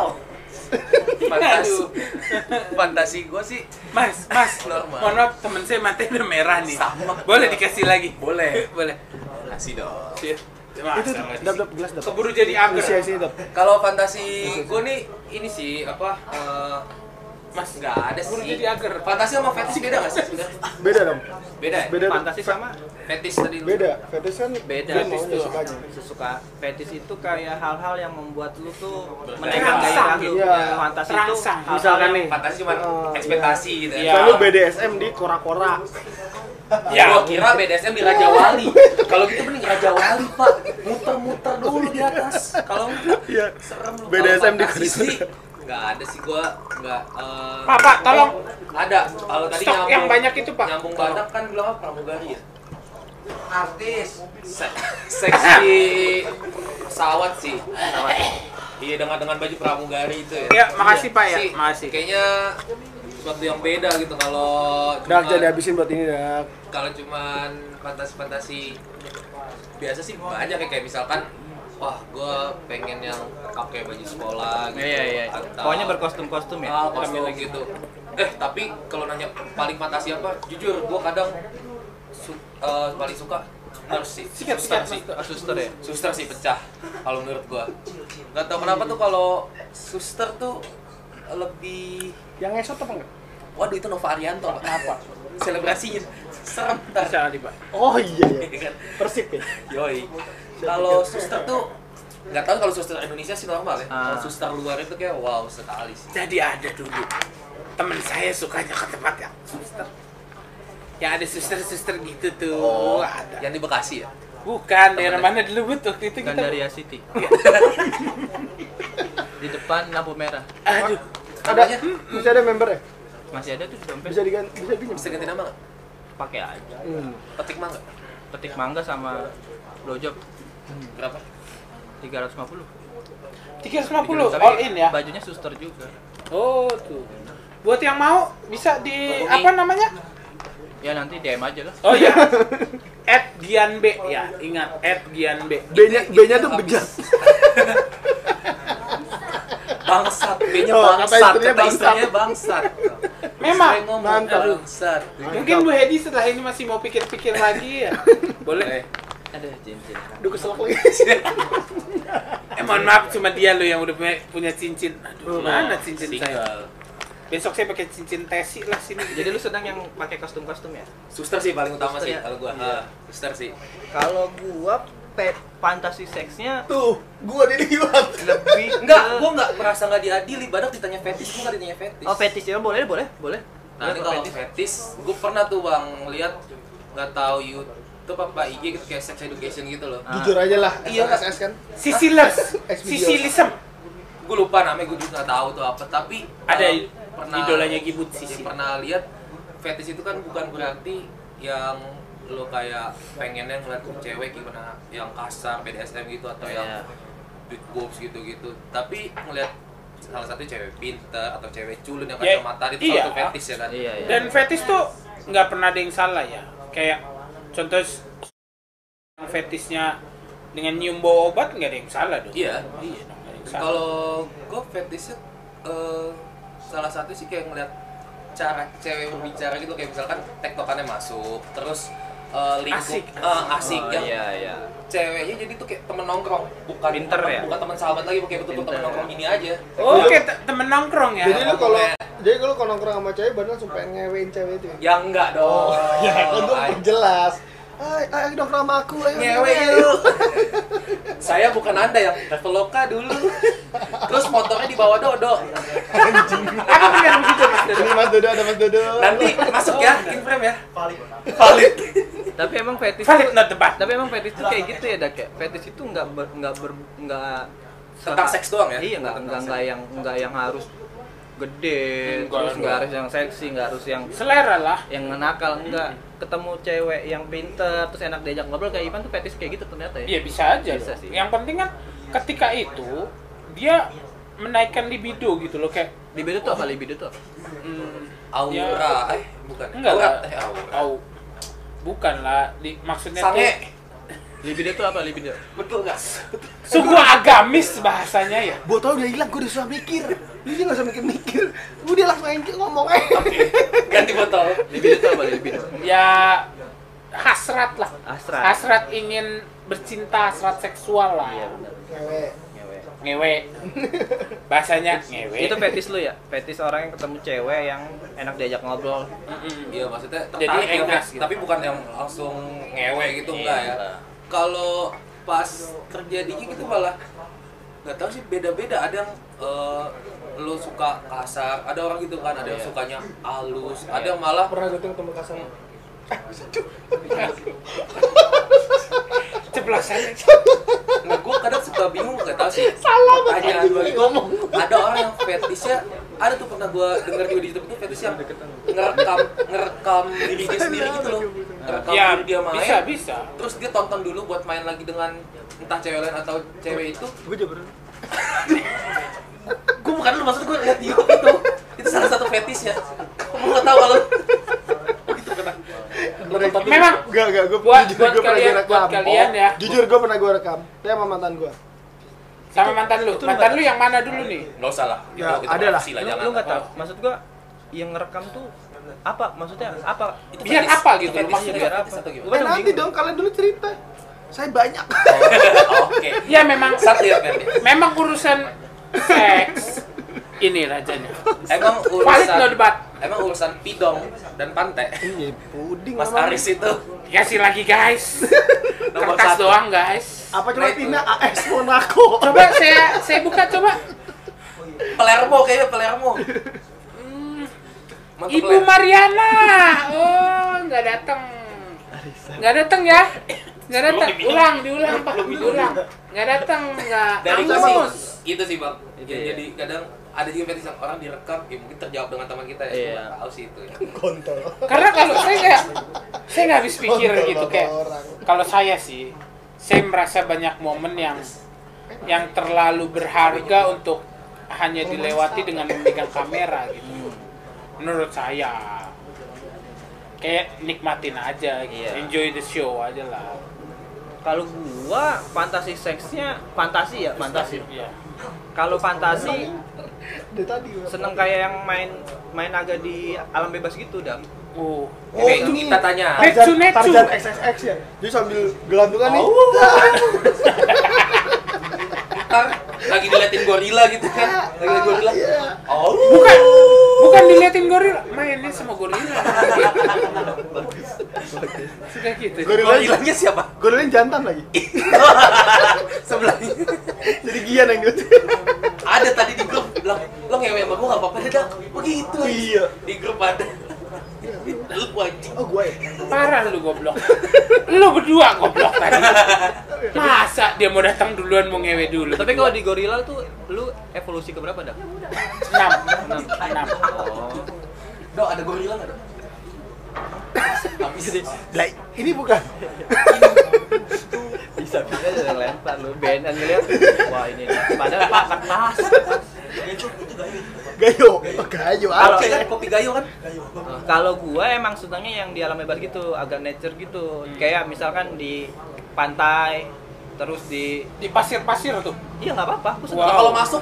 Fantasi gue sih Mas, normal. mohon maaf temen saya matanya udah merah nih. Sama. Boleh dikasih lagi? Boleh. Boleh. Kasih dong. Itu dap gelas dap. Keburu jadi agar. Isi dap. Kalau fantasi gue nih ini sih apa Mas, nggak ada keburu sih. jadi agar. Fantasi sama fetish beda nggak sih sebenarnya? Beda dong. Beda ya? Beda. Fantasi sama Fetish tadi lu. Beda. Fetish kan beda. dia maunya sukanya. Sesuka fetish itu kayak hal-hal yang membuat lu tuh menaikkan Terangsang gairah lu. gitu. Fantasi itu Terangsang. hal-hal Misalkan yang- nih. Fantasi cuma Oh, ekspektasi gitu ya. Iya. Selalu BDSM di kora-kora. Ya, Gua kira BDSM di Raja Wali. Kalau gitu mending Raja Wali, Pak. Muter-muter dulu di atas. Kalau enggak Iya. serem lu. BDSM di Kalau fantasi kora-kora. sih enggak ada sih gua enggak Pak, tolong. ada. Kalau tadi Stok yang banyak itu, Pak. Nyambung Tolong. badak kan bilang apa pramugari ya? Artis. Seks di pesawat sih. Iya dengan baju pramugari itu ya. Ya, makasih, Pak, ya. Sih, Makasih. Kayaknya sesuatu yang beda gitu kalau Dak jadi habisin buat ini dak. kalau cuman fantasi biasa sih banyak ya, kayak misalkan wah gue pengen yang pakai baju sekolah gitu. Iya. Atau- Pokoknya berkostum-kostum ya. kostum gitu. Tapi kalau nanya paling fantasi apa, jujur gue kadang paling suka nurse sih. Sikat, Suster Mas. sih. Suster ya. Suster sih pecah kalau menurut gue. Gak tau kenapa tuh kalau suster tuh lebih, Yang ngesot apa enggak? waduh itu Nova Arianto Pak. Apa? Selebrasinya serem ntar. Bisa kali, Pak. Oh iya iya. Kan? Persib ya. Yoi. Kalau suster tuh nggak tahu kalau suster Indonesia sih normal ya. Ah. Kalau suster luar itu kayak wow sekali sih. Jadi ada dulu temen saya sukanya ke tempat yang suster. Yang ada suster-suster gitu tuh. Ada. Yang di Bekasi ya. Bukan, daerah mana dulu waktu itu kita. Gandaria City. Di depan lampu merah. Aduh. Namanya Masih ada member ya? Masih ada tuh di dompet. Bisa diganti, bisa pinjam. bisa ganti nama nggak? Pakai aja. Petik mangga. Petik mangga sama blowjob Berapa? 350. 350 Tapi all in ya. bajunya suster juga. Oh, tuh. Buat yang mau bisa di Hubungi. apa namanya? Ya nanti DM aja lah. Oh iya. @gianb ya, ingat @gianb. B-nya tuh bejat. Bangsat. B-nya Oh, kata bangsat. istrinya Kata istrinya bangsat. Memang. Saya ngomong Mantap. bangsat. Mungkin Bu Hedi setelah ini masih mau pikir-pikir lagi ya. Boleh. Ada cincin. Aduh keselak lagi. Mohon maaf cuma dia lo yang udah punya cincin. Aduh, mana cincin saya? Tinggal. Besok saya pakai cincin tesi lah sini. Jadi lu sedang yang pakai kostum-kostum ya? Suster sih paling utama Suster sih ya? kalau gua. Suster sih. Kalau gua fantasi seksnya Tuh, gua di Iwan. lebih Enggak, ke- gua enggak merasa enggak diadili. Badak ditanya fetish, gua enggak ditanya fetish. Oh, fetish ya, boleh. Nah, ini kalau fetish, gue pernah tuh bang lihat nggak tahu YouTube apa IG gitu kayak sex education gitu loh. Ah. Jujur aja lah, Iya. SSS kan. Sisiles. X-video. Sisilism. Gue lupa namanya, gue juga nggak tahu tuh apa. Tapi Ada pernah idolanya Gibut Sisi. pernah lihat fetish itu kan bukan berarti yang lo kayak pengennya ngeliat cewek gimana yang kasar BDSM gitu atau yang Iya. big boobs gitu-gitu. Tapi ngeliat salah satu cewek pinter atau cewek culun yang Ya, kacamata itu iya. satu fetish ya kan. Iya. Dan fetish tuh nggak pernah ada yang salah ya. Kayak contoh yang fetishnya dengan nyium bau obat nggak ada yang salah dong. Iya. Iya dong, nggak ada yang salah. Kalau gue fetishnya salah satu sih kayak ngeliat cara cewek berbicara gitu, kayak misalkan tektokannya masuk, terus lingkup asik yang iya. ceweknya jadi tuh kayak temen nongkrong, bukan Pinter ya? bukan teman sahabat lagi, kayak betul-betul temen nongkrong gini aja. Oh, kayak temen nongkrong ya. Jadi lu kalau nongkrong sama cewek bener langsung pengen ngewein cewek itu ya? Ya enggak dong. Ya kan lu jelas. Ayo nongkrong sama aku, ayo Ngewe yuk. Saya bukan Anda yang Traveloka dulu. Terus motornya dibawa Dodo. Apa benar begitu Mas Dodo? Ini Mas Dodo, ada Mas Dodo. Nanti masuk ya, in frame ya. Valid. Tapi emang fetish Valid tuh, not debat. tapi emang fetish tuh kayak gitu ya, Dak, kayak fetish itu nggak Tentang seks doang ya? Iya, nggak yang harus gede, terus nggak harus yang seksi, nggak harus yang Selera lah. nakal, enggak. Ketemu cewek yang pinter terus enak diajak ngobrol kayak Ivan tuh fetish kayak gitu ternyata ya. Iya bisa aja. Bisa Loh. sih. Yang penting kan ketika itu dia menaikkan libido gitu loh, kayak Libido tuh apa? Libido tuh apa? Aura, bukan. enggak Aura, lah. aura. Bukan lah, maksudnya Sange. tuh Libido tuh apa libido? Betul enggak? sungguh agamis bahasanya ya. Botol udah hilang, gue udah susah mikir. Dia nggak usah mikir-mikir. Udah langsung aja ngomong Oke, ganti botol. Libido tuh apa libido? Ya hasrat lah. Hasrat. Hasrat ingin bercinta, hasrat seksual lah. Iya benar. Ngewe. Ngewe. Bahasanya ngewe. Itu fetish lu ya? Fetish orang yang ketemu cewek yang enak diajak ngobrol. Iya, maksudnya Jadi tertarik gitu, egas gitu. tapi bukan yang langsung ngewe gitu, enggak ya. Iya. Kalau pas terjadinya gitu malah nggak tahu sih, beda-beda. Ada yang lu suka kasar, ada orang gitu kan, ada yang sukanya halus, ada yang malah Pernah gue ketemu kasar. Ceplosannya. nggak, gue kadang suka bingung, nggak tahu sih. Pertanyaan gue ngomong. Ada orang yang fetishnya, ada tuh pernah gue denger juga di YouTube itu fetish yang ngerekam diri dia sendiri gitu loh. Ngerekam Ya diri dia main. bisa. Terus dia tonton dulu buat main lagi dengan entah cewek lain atau cewek itu. Gue juga pernah. Gue bukan lu, maksud gue lihat di YouTube itu. Itu salah satu fetish ya. Kamu nggak tahu kalau gitu kata. Memang Enggak, gue buat jujur gue pernah gue rekam. buat kalian ya. Jujur gue pernah gue rekam. Dia sama mantan gue. Sama mantan lu. Mantan lu yang mana dulu nih? Nggak usah lah. Ya, Kita ada lah. sila, Lu jangan. nggak tahu? Maksud gua yang ngerekam tuh apa? Maksudnya apa? Itu Biar fetish. apa gitu Itu loh, fetish. maksudnya? Biar apa? Fetish atau gimana? Gua Nanti bingung. dong, kalian dulu cerita. Saya banyak. Oke. Ya memang Satu ya, Fer. memang urusan seks ini rajanya. Emang Valid no urusan debat. emang urusan pidong dan pantai. Iya, puding. Mas memang. Aris itu Kasih lagi guys. nomor Kertas 1. doang guys. Apa coba Nah, itu. Tina AS Monaco? Coba saya buka coba. Palermo kayaknya, Palermo. Mantap, Ibu Ler. Mariana. Oh, nggak datang. Nggak datang ya? Nggak datang. Diulang Pak. Diulang. Nggak datang, nggak. Dari gue Angus. sih itu sih, Bang. Itu Ya, ya. jadi kadang ada juga fetish yang orang direkam, ya mungkin terjawab dengan teman kita ya. Iya. Gue nggak tahu sih itu ya. Kontol. Karena kalau saya nggak habis pikir gitu kayak Orang. kalau saya sih, saya merasa banyak momen yang terlalu berharga untuk hanya dilewati dengan memegang kamera gitu. Menurut saya, kayak nikmatin aja, gitu. Iya. Enjoy the show aja lah. Kalau gua fantasi seksnya fantasi ya, fantasi. Iya. Kalau fantasi Dari tadi gue. seneng kayak yang main agak di alam bebas gitu dah. Oh, Oh, Itu ini. kita tanya. Netsu. Tarzan XXX ya. Jadi sambil gelantungan nih. Ntar lagi diliatin gorila gitu kan. Lagi liatin gorila. Iya. Oh. bukan diliatin gorila, mainnya sama gorila. Suka gitu. Gorilanya siapa? Gorilanya jantan lagi. Sebelahnya. Jadi Gian yang gitu. Ada tadi di grup bilang, lo ngewe sama gue nggak apa-apa deh, Dak. Begitu. Iya. Di grup ada. Lu anjing. Oh, gue ya. Parah lu goblok. Lu berdua goblok tadi. Masa dia mau datang duluan mau ngewe dulu. Tapi kalau di gorila tuh lu evolusi ke berapa dah? 6. Oh. Dok, ada gorila nggak, Dok? Habis deh. Lah, ini bukan. Bisa aja lempar lu benan ngeliat. Wah, ini nih. Padahal Pak kertas. Gayo. Oh, gayo. Kalau- Kopi kan, kopi gayo kan? Kalau gua emang senangnya yang di alam bebas gitu, agak nature gitu. Kayak misalkan di pantai, terus di Di pasir-pasir tuh. iya nggak apa-apa, aku seneng. Wow. Nah, kalau masuk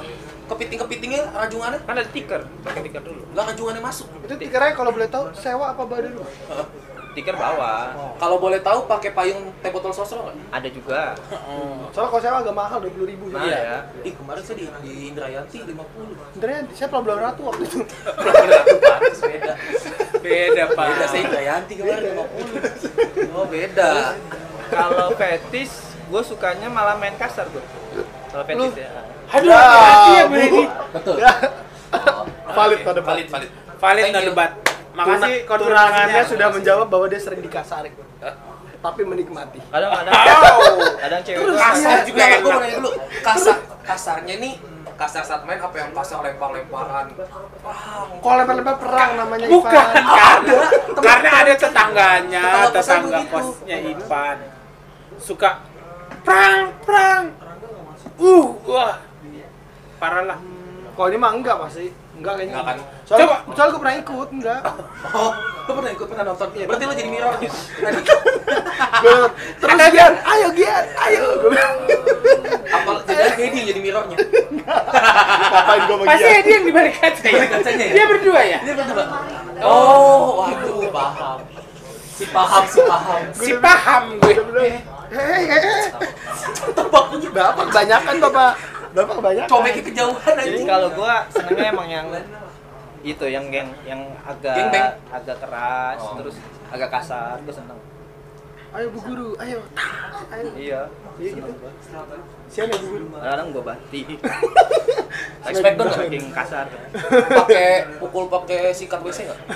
kepiting-kepitingnya rajungannya Kan ada tiker, pakai tiker dulu. nggak rajungannya masuk. Itu tikernya kalau boleh tahu sewa apa bawa dulu? Tiker bawa. Kalau boleh tahu pakai payung teh botol sosro nggak? Ada juga. Soalnya kalau sewa agak mahal 20.000 Nah, ya. ya. Ih kemarin saya di Indrayanti 50. Sebenarnya saya Pelabuhan Ratu waktu itu. Pantes beda. Beda, Pak. Beda saya Indrayanti kemarin 50. Oh beda. Kalau fetis, gue sukanya malah main kasar gue. Kalau fetis ya. Aduh, Ya, hati-hati ya, Bu. Brady. Betul. Ya. Valid pada Valid, valid. Valid Thank no you. debat. Makasih tunangannya sudah menjawab bahwa dia sering dikasarin. Tapi menikmati. Kadang-kadang kadang cewek gue kasar juga Gue enak. mau nanya dulu, kasarnya nih kasar saat main apa yang kasar lempar-lemparan? Kalau lempar-lempar perang namanya Bukan, Ivan. karena ada tetangganya, Tetangga kosan tetangga begitu. kosnya Ivan. Suka perang. Wah. Parah lah. Kalau ini mah enggak pasti. Enggak kayaknya. Enggak kan? Soalnya gue pernah ikut, enggak. Oh, lo pernah nonton? Berarti lo jadi mirrornya tadi. Terus Gian, ayo. Gue bilang, Apa jadi Hedi yang jadi mirrornya? ngapain gue sama Pasti Gian? dia yang dibalik kaca ya. Dibalik kacanya ya? Dia berdua ya? Ini berdua. Oh, waduh, paham. Si paham. Si paham gue. Dia bilang, hei. Bapak kebanyakan, Bapak kebanyakan. Cobeknya kejauhan Jadi anjing. kalau gue senengnya emang yang itu yang agak Geng-beng. agak keras, Oh. terus agak kasar, gue seneng. Ayo Bu Guru, ayo. Iya. Iya gitu. Siapa ya Bu Guru? Kadang gue banti. Respect dong, Saking kasar. pakai sikat WC enggak?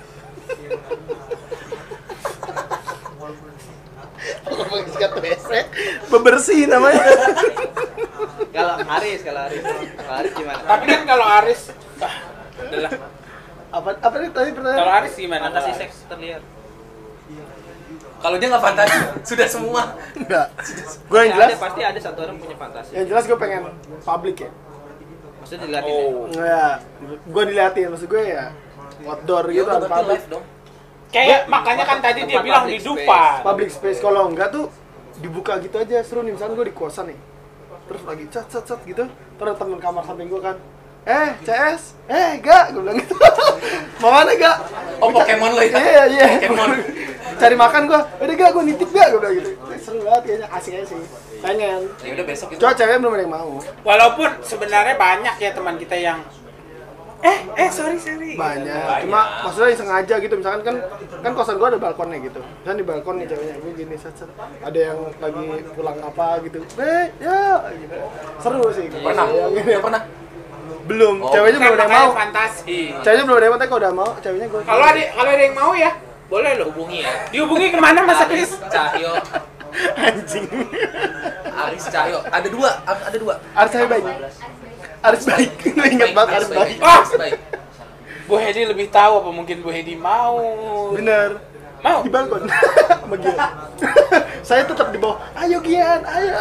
Pakai sikat WC. Bebersih namanya. Kalau Aris gimana? Tapi kan kalau Aris adalah Apa nih tadi pertanyaan? kalau Aris gimana? Fantasi Kalau seks terlihat. Kalau dia nggak fantasi, sudah semua. Enggak. Gue yang jelas, Pasti ada satu orang punya fantasi. yang jelas gue pengen public ya. Maksudnya dilihatin ya. Oh. Nggak, gue diliatin, maksud gue ya outdoor Ya gitu, udah ada berarti public, live dong. Kayak makanya kan tadi dia Tempat bilang public di Dupan. public space. Kalau enggak tuh dibuka gitu aja, seru nih. Misalnya gue di kosan nih, terus lagi cet gitu, terus ada temen kamar samping gue kan, CS, gak, gue bilang gitu. Mau mana gak? Oh, Pokemon lo ya? Iya. Pokemon. Cari makan gue, udah gak, gue nitip gak, gue bilang gitu. Seru banget kayaknya, asik aja sih. Pengen. Ya udah besok itu. Cuma ceweknya belum ada yang mau. Walaupun sebenarnya banyak ya teman kita yang sorry. Banyak. Cuma maksudnya yang sengaja gitu, misalkan kan kosan gua ada balkonnya gitu. Misalnya di balkon nih ceweknya, gue gini set. Ada yang lagi pulang apa gitu. Ya gitu. Seru sih. Pernah? Yang ini. Ya pernah. Belum. Oh, Ceweknya Kan belum ada yang makanya mau. fantasi. Ceweknya belum ada yang mau, tapi kalau udah mau, ceweknya gue. Kalau ada yang mau ya, boleh loh. Hubungi ya. Dihubungi kemana Mas Aris? Cahyo, Anjing. Aris Cahyo. Ada dua. Aris saya baik. Aris baik. Gue inget banget Aris baik. Aris baik. Bu Hedi lebih tahu apa mungkin Bu Hedi mau. Bener. Mau. Di balkon. Sama Gian. Saya tetap di bawah. Ayo Gian, ayo.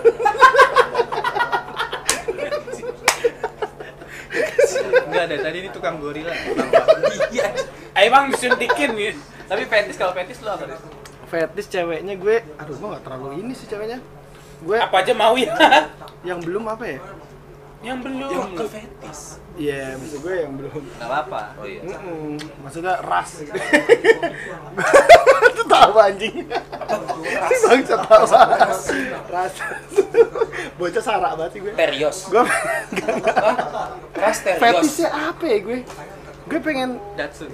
Enggak ada, tadi ini tukang gorila. Iya. Emang disuntikin nih. Tapi fetis, kalau fetis lu apa, Riz? Fetis ceweknya gue, aduh gue gak terlalu ini sih ceweknya. Gue Apa aja mau ya? yang belum apa ya? Yang belum. Yang ke fetis. Iya, maksud gue yang belum. Enggak apa-apa. Oh iya. Maksudnya ras gitu. Itu tahu anjing. Bangsa tahu ras. Bocah sarak banget sih gue. Terios. Gue Ras terios. fetisnya apa ya gue? Gue pengen Datsun.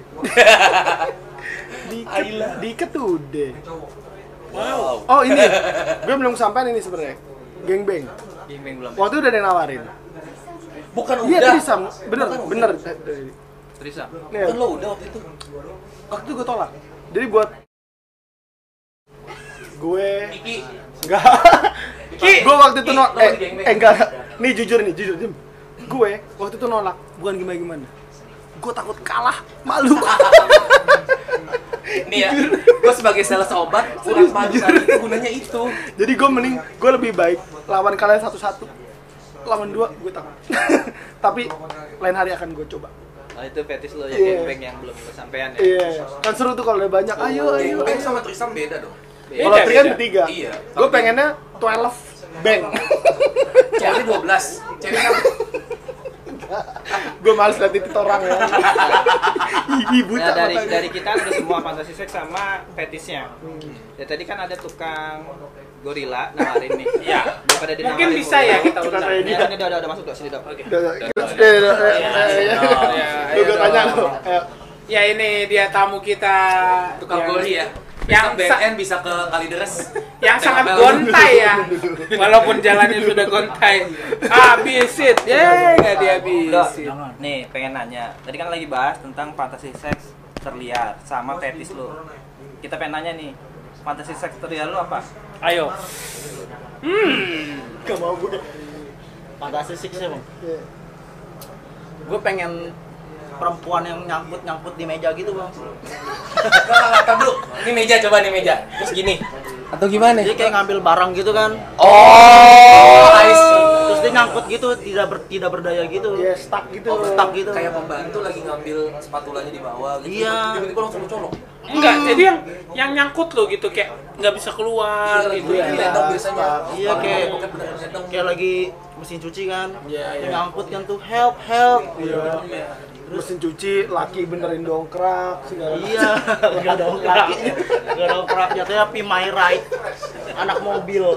diikat udah. Wow. Oh ini, gue belum sampai ini sebenarnya. Gengbeng. Gimeng belum. Waktu itu udah ada yang nawarin. Bukan Iya udah. trisam, bener. Trisam. Nih, Kan lo udah waktu itu. waktu itu gue tolak. Jadi buat gue Iki. enggak. Ki, Gue waktu itu Ki, nolak. lo di geng-geng. Enggak. Nih jujur Dim. Gue waktu itu nolak, bukan gimana. Gue takut kalah, malu. Nih ya, gue sebagai sales obat kurang maju tadi itu gunanya itu. Jadi gue lebih baik lawan kalian satu-satu. Lawan dua gue takut. Tapi lain hari akan gue coba. Oh, itu fetis lo ya, Iya. gembeng yang belum kesampaian ya. Iya, kan seru tuh kalau udah banyak. Ayo. Gengbeng sama trisam beda dong. Kalau Beda, tri kan beda. bertiga. Iya. Gue pengennya 12 bang. Cewek 12, cewek kan Gue males liat titik orang ya. Ibu Nah, dari kita ada semua fantasi seks sama fetisnya. Ya tadi kan ada tukang gorila nawarin nih. Iya. Daripada dia Mungkin nawarin bisa gorila. ya kita Kita undang. kayak Ini dia. kan udah masuk tuh sini dong. Oke. Lu gue tanya lu. Ayo. Ya ini dia tamu kita Tukang yang- gori ya. yang Yang BNN bisa ke Kalideres. yang sangat Tempel. gontai ya. Walaupun jalannya sudah gontai. Habisin. Nggak Dok, dihabisin. nih pengen nanya. Tadi kan lagi bahas tentang fantasi seks terliar sama fetis lu. Kita pengen nanya nih, fantasi seks terliar lu apa? Ayo. Gak mau gue. Fantasi seks ya bang. Iya. Gue pengen perempuan yang nyangkut di meja gitu bang. Kata dulu. Ini meja, coba nih meja. Terus gini. Atau gimana? Dia kayak ngambil barang gitu kan. Oh, I see. Terus dia nyangkut gitu, tidak berdaya gitu. Iya, stuck gitu. Oh, Stuck gitu. Kayak pembantu lagi ngambil spatulanya di bawah gitu. Iya. Tiba-tiba langsung colok. Enggak, jadi yang nyangkut lo gitu kayak nggak bisa keluar gitu. Iya, Iya. ledong biasanya. Iya, kayak- Bukan bener-bener ledong. Kayak lagi mesin cuci kan. Iya, Dia iya. nyangkut kan tuh help. Iya. Mesin cuci, laki benerin dongkrak segala. Iya, nggak dongkrak, nggak dongkrak jatuhnya Pi My Ride, anak mobil,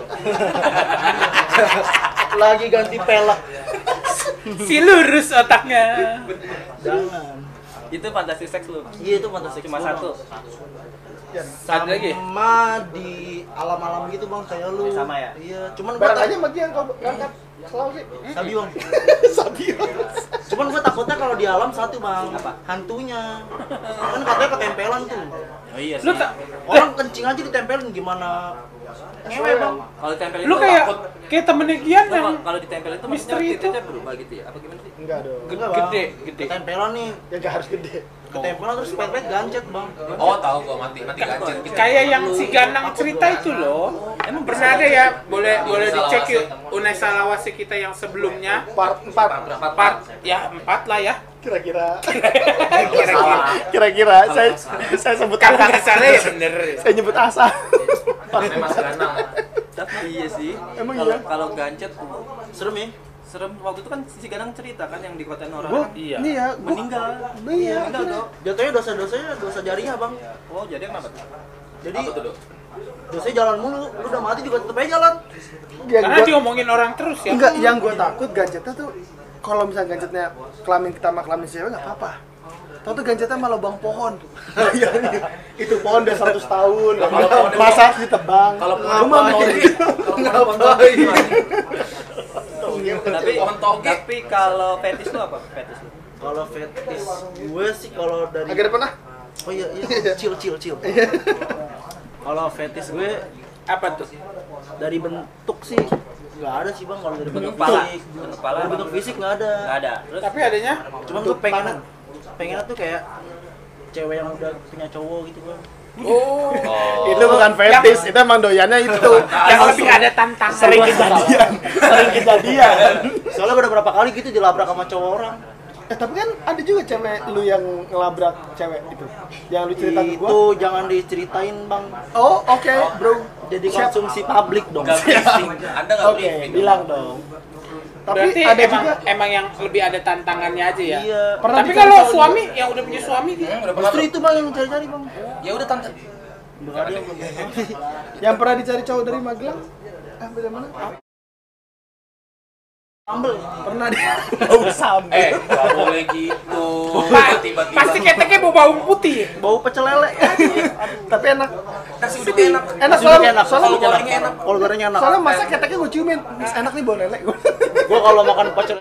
lagi ganti pelek, Si lurus otaknya. jangan. Itu fantasi seks lu. Iya itu fantasi Cuma gua, satu. Bang. Ada lagi? Sama di alam-alam gitu bang, kayak lu. Sama ya? Iya, cuman gua Barang aja sama dia yang kau ngangkat selalu sih. sabi bang. Sabi. Cuman gua takutnya kalau di alam satu bang, Apa? hantunya. Kan katanya ketempelan tuh. Oh iya Lu tak Orang kencing aja ditempelin gimana? Ngewe bang. Kalau ditempel itu lu kayak takut. kayak temennya Gian Lu yang kalau ditempel itu maksudnya misteri itu. titiknya berubah gitu ya? Apa gimana sih? Enggak dong. Enggak, Bang. Gede. Ketempelan nih, Ya gak harus gede. ketempelan terus pet-pet gancet bang. Oh, tahu gua mati gancet gitu. Kayak yang si Ganang cerita itu loh. Emang pernah ada ya? Boleh dicek yuk Unesa Lawase kita yang sebelumnya. Part 4 Part ya 4 lah ya. kira-kira. Kira-kira. Kira-kira saya sebut Kalau nggak asa. salah ya bener. Saya nyebut asa. Memang Ganang. Tapi iya sih. Emang Kalau- iya? Kalau gancet Serem ya? serem. Waktu itu kan si Ganang cerita kan yang dikotain orang Gua kan Iya. ini ya, gua meninggal. Iya, meninggal dong. Jatuhnya dosa-dosanya dosa jariah bang. Oh, jadi kenapa tuh? Jadi Apa tuh, Dok? dosanya jalan mulu, lu udah mati juga tetep aja jalan. yang Karena gua, diomongin orang terus ya. enggak, yang gua takut gadgetnya tuh kalau misalnya gadgetnya kelamin kita sama kelamin cewek nggak apa-apa. Tahu tuh gadgetnya malah bang pohon. Itu pohon udah 100 tahun. Masa harus ditebang. Kalau ngapain? Tapi Mentoge. tapi kalau fetis lu apa? Fetis lu. Kalau fetis gue sih kalau dari Agak depan ah. oh iya chill. Kalau fetis gue Apa tuh? dari bentuk sih nggak ada sih bang kalau dari bentuk kepala. fisik. Bentuk kepala. Dari bentuk fisik nggak ada. Enggak ada. Terus Tapi adanya Cuman gue pengennya tuh kayak cewek yang udah punya cowok gitu bang. oh, Itu bukan fetis, itu emang doyannya itu. yang lebih ada tantangan. Sering kejadian. Soalnya gue udah berapa kali gitu dilabrak sama cowok orang. Tapi kan ada juga cewek lu yang ngelabrak cewek itu. Yang lu cerita ke Itu gua. jangan diceritain bang. Oh, oke, bro. Jadi Siap. konsumsi publik dong. Nggak briefing. Anda nggak Oke, briefing. bilang dong. Tapi Berarti ada emang juga emang yang lebih ada tantangannya aja ya. Iya. Pernah Tapi dicari kalau tahu suami yang udah punya suami gitu. Udah pernah, Justru Bro? itu bang yang cari-cari bang. Ya udah tante. Nggak ada yang belum. yang pernah dicari cowok dari Magelang. Beda mana? Sambel. Pernah dia bau sambal. Nggak boleh gitu. Tiba-tiba. Pasti keteknya bau bawang putih. Bau pecel lele. Tapi enak. Nasi uduknya enak. Enak Nasi soalnya. uduknya enak. Soalnya Kalau gorengnya enak. Kalau gorengnya enak. soalnya masak keteknya gue ciumin. Enak nih bau lele. Gua kalau makan pecel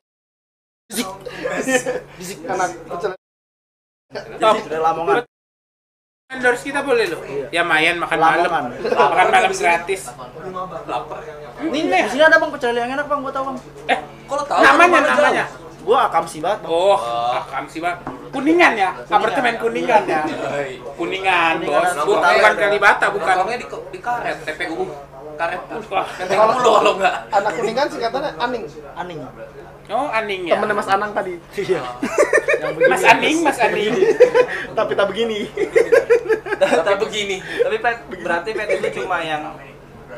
Enak pecel. Top. dari Lamongan. Endorse kita boleh loh. Ya mayan makan malam. Lamongan. Makan malam gratis. Lapar. Nih, di sini ada bang pecel lele yang enak bang, gua tahu bang. Kalau tahu Namanya. Gua akam sih banget bang. Oh, akam sih bang. Kuningan ya, apartemen Kuningan ya. Kuningan, bos. Bukan Kalibata, bukan. Nongkrongnya di karet, TPU. Karet. Wah. Menteng mulu kalau enggak. Anak kuningan singkatannya Aning. Aning. Oh, Aning ya. Temennya Mas Anang tadi. Iya. Mas Aning, Mas Aning. Tapi tak begini. Tapi begini. tapi berarti fetis lu cuma yang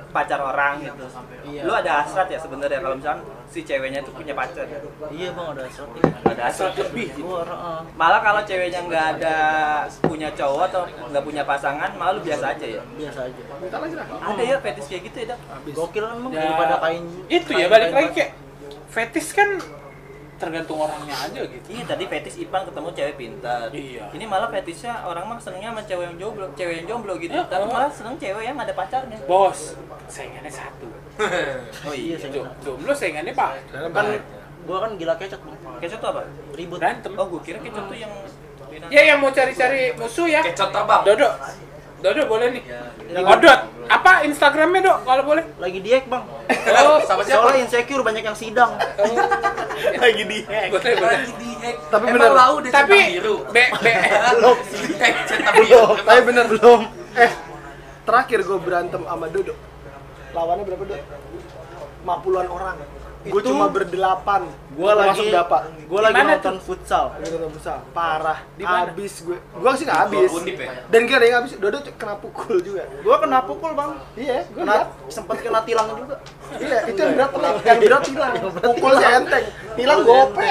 pacar orang gitu. Iya. Lu ada hasrat ya sebenarnya kalau misalkan si ceweknya itu punya pacar. Iya bang, ada sesuatu. Ada hasrat lebih. Malah kalau ceweknya nggak ada punya cowok atau nggak punya pasangan, malah lu biasa aja ya. Biasa aja. Minta lagi lah. Ada ya fetish kayak gitu ya, Dak? Gokil kan bang, Ya, daripada kain. itu ya kain balik kain lagi bang. kayak fetish kan tergantung orangnya aja gitu. Iya, tadi fetish Ipan ketemu cewek pintar. Iya. Ini malah fetishnya orang mah senengnya sama cewek yang jomblo gitu. Ya, Tapi oh. malah seneng cewek yang ada pacarnya. Bos, saingannya satu. Oh iya, Jomblo saingannya Pak. Kan gua kan gila kecot bang. Kecot tuh apa? Ribut. Berantem. Oh, gua kira kecot tuh yang Ya yang mau cari-cari musuh ya. Kecot abang. Dodo boleh nih. Odot. Apa Instagramnya Dok kalau boleh? Lagi diek bang. Oh, Sama siapa? Soalnya insecure banyak yang sidang. Lagi di boleh. Lagi di-hack. Tapi Emang bener. lau udah Tapi centang biru. belum Hack centang biru. tapi bener belum. Terakhir gue berantem sama Dodo. Lawannya berapa Dok? 50-an orang. Gue Itu cuma berdelapan. Gua Masuk lagi berapa? Gua lagi Di mana nonton futsal. Gue nonton besar. Parah. Di mana? Habis gue. Gue sih nggak habis. Undip ya? Dan gak ada yang habis. Dodo kena pukul juga. Gua kena pukul bang. Iya, gue lihat. Sempat kena tilang juga. Iya, itu yang berat telat. Yang berat hilang. Pukul si enteng. Hilang gope.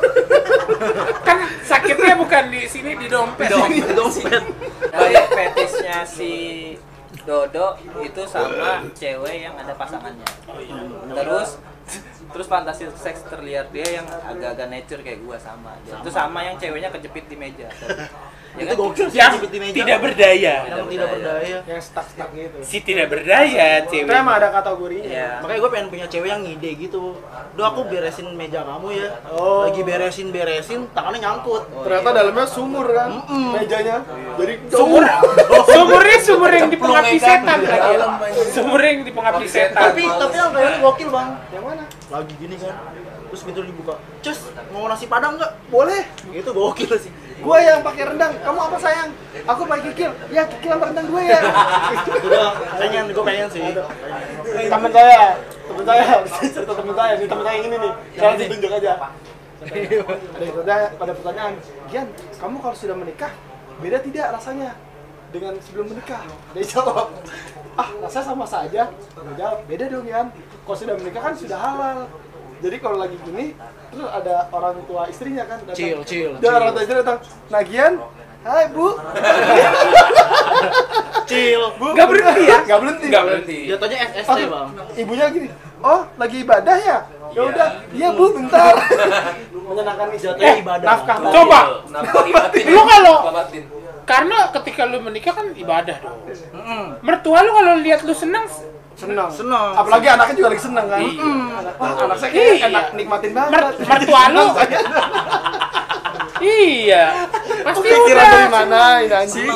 Kan sakitnya bukan di sini di dompet. Dompet. Jadi fetishnya si Dodo itu sama cewek yang ada pasangannya. Terus fantasi seks terlihat dia yang agak-agak nature kayak gua sama. Itu sama yang ceweknya kejepit di meja. Ya Itu kan? gokil sih Yang jepit di meja. tidak berdaya. Yang tidak berdaya. Yang stuck gitu. Si tidak berdaya Itu cewek. emang ada kategorinya. Iya. Makanya gue pengen punya cewek yang ngide gitu. Duh aku beresin meja kamu ya. Oh. Lagi beresin, tangannya nyangkut. Ternyata dalamnya sumur kan, mejanya. Jadi Sumur yang dipengapi setan lagi. Sumur yang dipengapi setan. Tapi yang kayaknya gokil bang. Yang mana? Lagi gini kan. Terus pintu dibuka. Cus, mau nasi padang nggak? Boleh. Itu gokil sih. Gua yang pakai rendang. Kamu apa sayang? Aku pakai kikil. Ya kikil sama rendang gue ya. Itu doang. Gue pengen sih. Temen saya, cerita temen saya, nih temen saya yang ini nih. Saya tunjuk aja. Ada pertanyaan, Gian, kamu kalau sudah menikah, beda tidak rasanya dengan sebelum menikah? Dia jawab, rasanya sama saja. Dia jawab, beda dong Gian. Kalau sudah menikah kan sudah halal. Jadi kalau lagi gini, terus ada orang tua istrinya kan datang. Chill. Dia orang tua istri datang, nah Gian, hai Bu. Chill. Bu, Nggak berhenti ya? Nggak berhenti. Nggak berhenti. Jatuhnya SST bang. Ibunya gini, oh lagi ibadah ya? Ya udah, iya Bu, bentar. Menyenangkan istri. Jatuhnya ibadah. Nafkah. Coba. Nafkah batin. Lu kalau batin. karena ketika lu menikah kan ibadah dong. Mertua lu kalau lihat lu senang Senang. Senang. Apalagi anaknya juga lagi senang kan? Iya. Anak saya kayak Iya. enak nikmatin banget. mertua lu. Iya. Pasti Pikiran udah. dari mana ini anjing?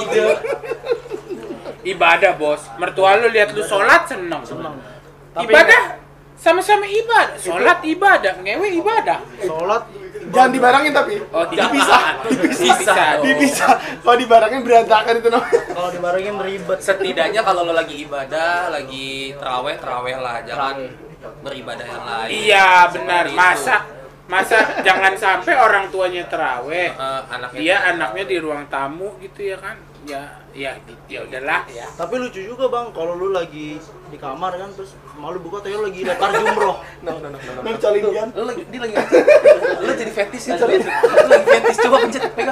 Ibadah, Bos. Mertua lu lihat lu sholat senang. Tapi Ibadah sama-sama ibadah. Sholat ibadah, ngewe ibadah. Sholat. jangan dibarengin tapi. Oh, Dipisah. Dipisah. Kalau dibarengin berantakan itu namanya. Kalau dibarengin ribet. Setidaknya kalau lo lagi ibadah, lagi terawih lah, jangan beribadah yang lain. Iya, benar. Seperti itu. Masa jangan sampai orang tuanya terawih. Anaknya Dia anaknya di ruang tamu gitu ya kan. Ya udahlah ya. Tapi lucu juga bang, kalau lu lagi di kamar kan, terus malu buka tuh lagi daftar jumroh. Nah, colin kan. Dia lagi lo jadi fetish ya. Lo lagi fetish, coba pencet, pegang.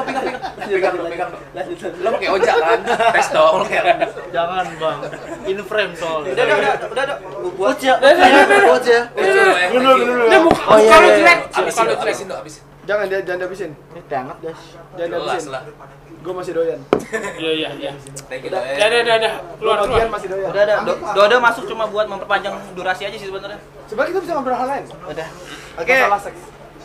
Lo pakai ojak kan? Tes dong. Jangan bang, in frame soalnya. Udah. Gua Coach ya, Udah. coach ya. Dulu. Udah buka Oh, iya, kalau iya. jelek, Abisin kalau dong, jelek. abisin. Jangan dihabisin. Ini hangat guys. Jangan Jelas dihabisin. lah. Gue masih doyan. Iya. Thank you, Udah. Keluar. Bagian masih doyan. udah. Dodo masuk cuma buat memperpanjang durasi aja sih sebenarnya. Sebenarnya kita bisa ngobrol hal lain. Udah. Oke. Masalah seks.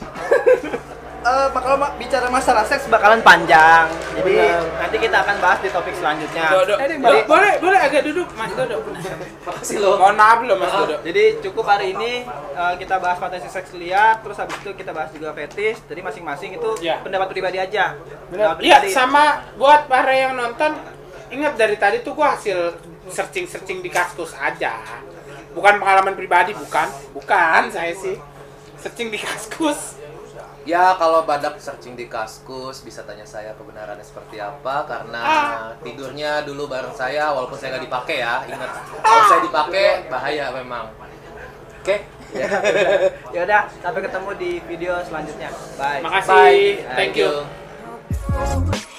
Kalau bicara masalah seks bakalan panjang. Jadi Benar. nanti kita akan bahas di topik selanjutnya. Dodo. Jadi- Boleh agak duduk, Mas Dodo. Makasih lo. Mohon maaf loh, Mas Dodo. Jadi cukup hari ini kita bahas fantasi seks liar, terus habis itu kita bahas juga fetish. Jadi masing-masing itu Ya. pendapat pribadi aja. Benar. Iya, Pribadi. sama buat para yang nonton, ingat dari tadi tuh gua hasil searching di Kaskus aja. Bukan pengalaman pribadi, bukan saya sih. Searching di Kaskus. Ya kalau badak searching di Kaskus bisa tanya saya kebenarannya seperti apa karena tidurnya dulu bareng saya walaupun saya nggak dipakai ya. Ingat kalau saya dipakai bahaya memang. Oke. Ya udah, sampai ketemu di video selanjutnya. Bye. Makasih. Bye. Thank you. you.